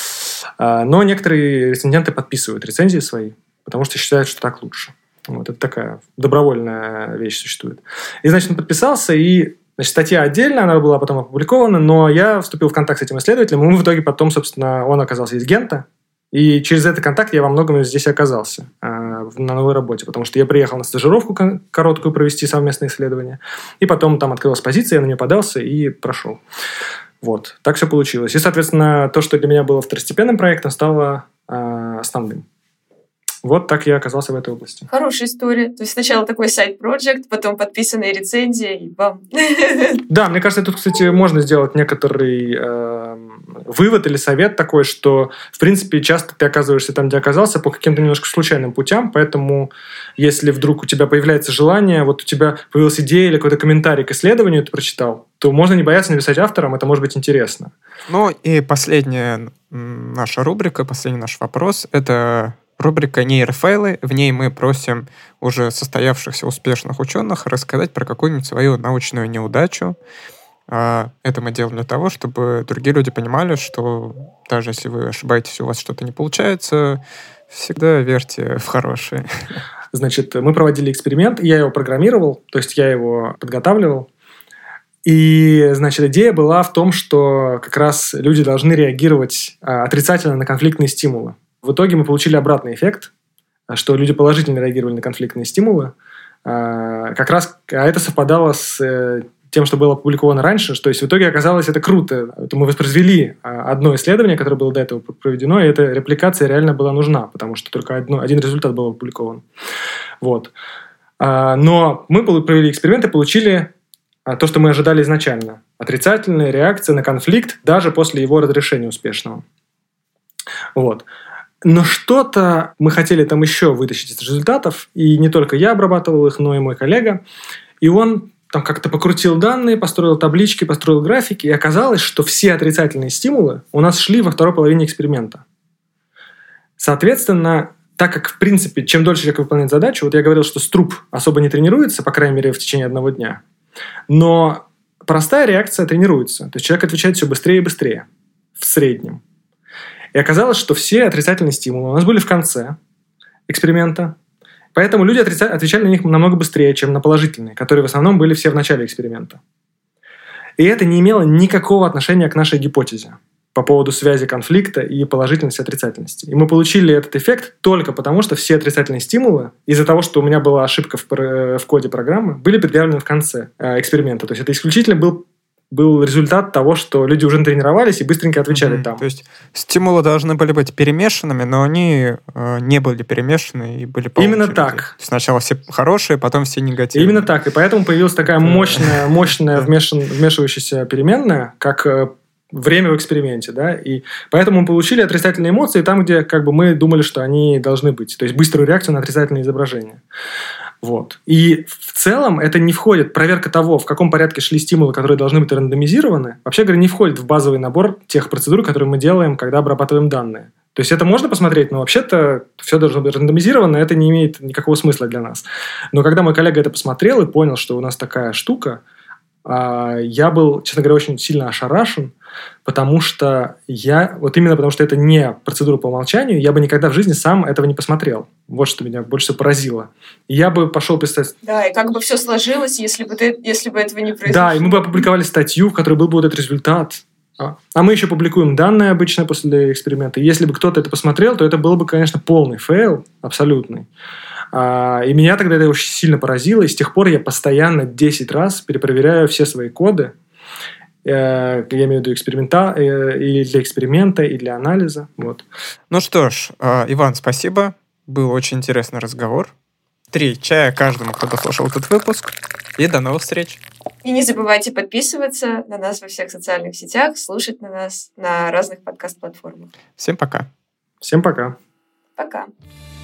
Э, но некоторые рецензенты подписывают рецензии свои, потому что считают, что так лучше. Вот. Это такая добровольная вещь существует. И, значит, он подписался, и значит, статья отдельно, она была потом опубликована, но я вступил в контакт с этим исследователем, и мы в итоге потом, собственно, он оказался из Гента, и через этот контакт я во многом здесь оказался э, на новой работе, потому что я приехал на стажировку короткую провести совместное исследование, и потом там открылась позиция, я на нее подался и прошел. Вот. Так все получилось. И, соответственно, то, что для меня было второстепенным проектом, стало э, основным. Вот так я оказался в этой области. Хорошая история. То есть сначала такой сайд-проджект, потом подписанные рецензии, и бам. Да, мне кажется, тут, кстати, можно сделать некоторый э, вывод или совет такой, что, в принципе, часто ты оказываешься там, где оказался, по каким-то немножко случайным путям, поэтому если вдруг у тебя появляется желание, вот у тебя появилась идея или какой-то комментарий к исследованию, ты прочитал, то можно не бояться написать авторам, это может быть интересно. Ну и последняя наша рубрика, последний наш вопрос — это рубрика «Нейрофайлы». В ней мы просим уже состоявшихся успешных ученых рассказать про какую-нибудь свою научную неудачу. Это мы делаем для того, чтобы другие люди понимали, что даже если вы ошибаетесь, у вас что-то не получается, всегда верьте в хорошее. Значит, мы проводили эксперимент, я его программировал, то есть я его подготавливал. И, значит, идея была в том, что как раз люди должны реагировать отрицательно на конфликтные стимулы. В итоге мы получили обратный эффект, что люди положительно реагировали на конфликтные стимулы. Как раз а это совпадало с тем, что было опубликовано раньше. То есть в итоге оказалось это круто. Мы воспроизвели одно исследование, которое было до этого проведено, и эта репликация реально была нужна, потому что только одно, один результат был опубликован. Вот. Но мы провели эксперимент и получили то, что мы ожидали изначально. Отрицательная реакция на конфликт даже после его разрешения успешного. Вот. Но что-то мы хотели там еще вытащить из результатов, и не только я обрабатывал их, но и мой коллега. И он там как-то покрутил данные, построил таблички, построил графики, и оказалось, что все отрицательные стимулы у нас шли во второй половине эксперимента. Соответственно, так как, в принципе, чем дольше человек выполняет задачу, вот я говорил, что струп особо не тренируется, по крайней мере, в течение одного дня, но простая реакция тренируется. То есть человек отвечает все быстрее и быстрее в среднем. И оказалось, что все отрицательные стимулы у нас были в конце эксперимента. Поэтому люди отрица... отвечали на них намного быстрее, чем на положительные, которые в основном были все в начале эксперимента. И это не имело никакого отношения к нашей гипотезе по поводу связи конфликта и положительности и отрицательности. И мы получили этот эффект только потому, что все отрицательные стимулы, из-за того, что у меня была ошибка в, в коде программы, были предъявлены в конце э, эксперимента. То есть это исключительно был был результат того, что люди уже натренировались и быстренько отвечали mm-hmm. там. То есть стимулы должны были быть перемешанными, но они э, не были перемешаны и были по Именно очереди. так. Сначала все хорошие, потом все негативные. Именно так. И поэтому появилась такая мощная, мощная вмешан, вмешивающаяся переменная, как э, время в эксперименте. Да? И поэтому мы получили отрицательные эмоции там, где как бы, мы думали, что они должны быть. То есть быструю реакцию на отрицательные изображения. Вот. И в целом это не входит, проверка того, в каком порядке шли стимулы, которые должны быть рандомизированы, вообще говоря, не входит в базовый набор тех процедур, которые мы делаем, когда обрабатываем данные. То есть это можно посмотреть, но вообще-то все должно быть рандомизировано, это не имеет никакого смысла для нас. Но когда мой коллега это посмотрел и понял, что у нас такая штука, я был, честно говоря, очень сильно ошарашен, потому что я, вот именно потому что это не процедура по умолчанию, я бы никогда в жизни сам этого не посмотрел. Вот что меня больше всего поразило. И я бы пошел писать... Да, и как бы все сложилось, если бы, ты, если бы этого не произошло. Да, и мы бы опубликовали статью, в которой был бы вот этот результат. А, а мы еще публикуем данные обычно после эксперимента. И если бы кто-то это посмотрел, то это был бы, конечно, полный фейл, абсолютный. А, и меня тогда это очень сильно поразило, и с тех пор я постоянно десять раз перепроверяю все свои коды, э, я имею в виду эксперимента, э, и для эксперимента, и для анализа. Вот. Ну что ж, э, Иван, спасибо. Был очень интересный разговор. Три чая каждому, кто дослушал этот выпуск. И до новых встреч. И не забывайте подписываться на нас во всех социальных сетях, слушать на нас на разных подкаст-платформах. Всем пока. Всем пока. Пока.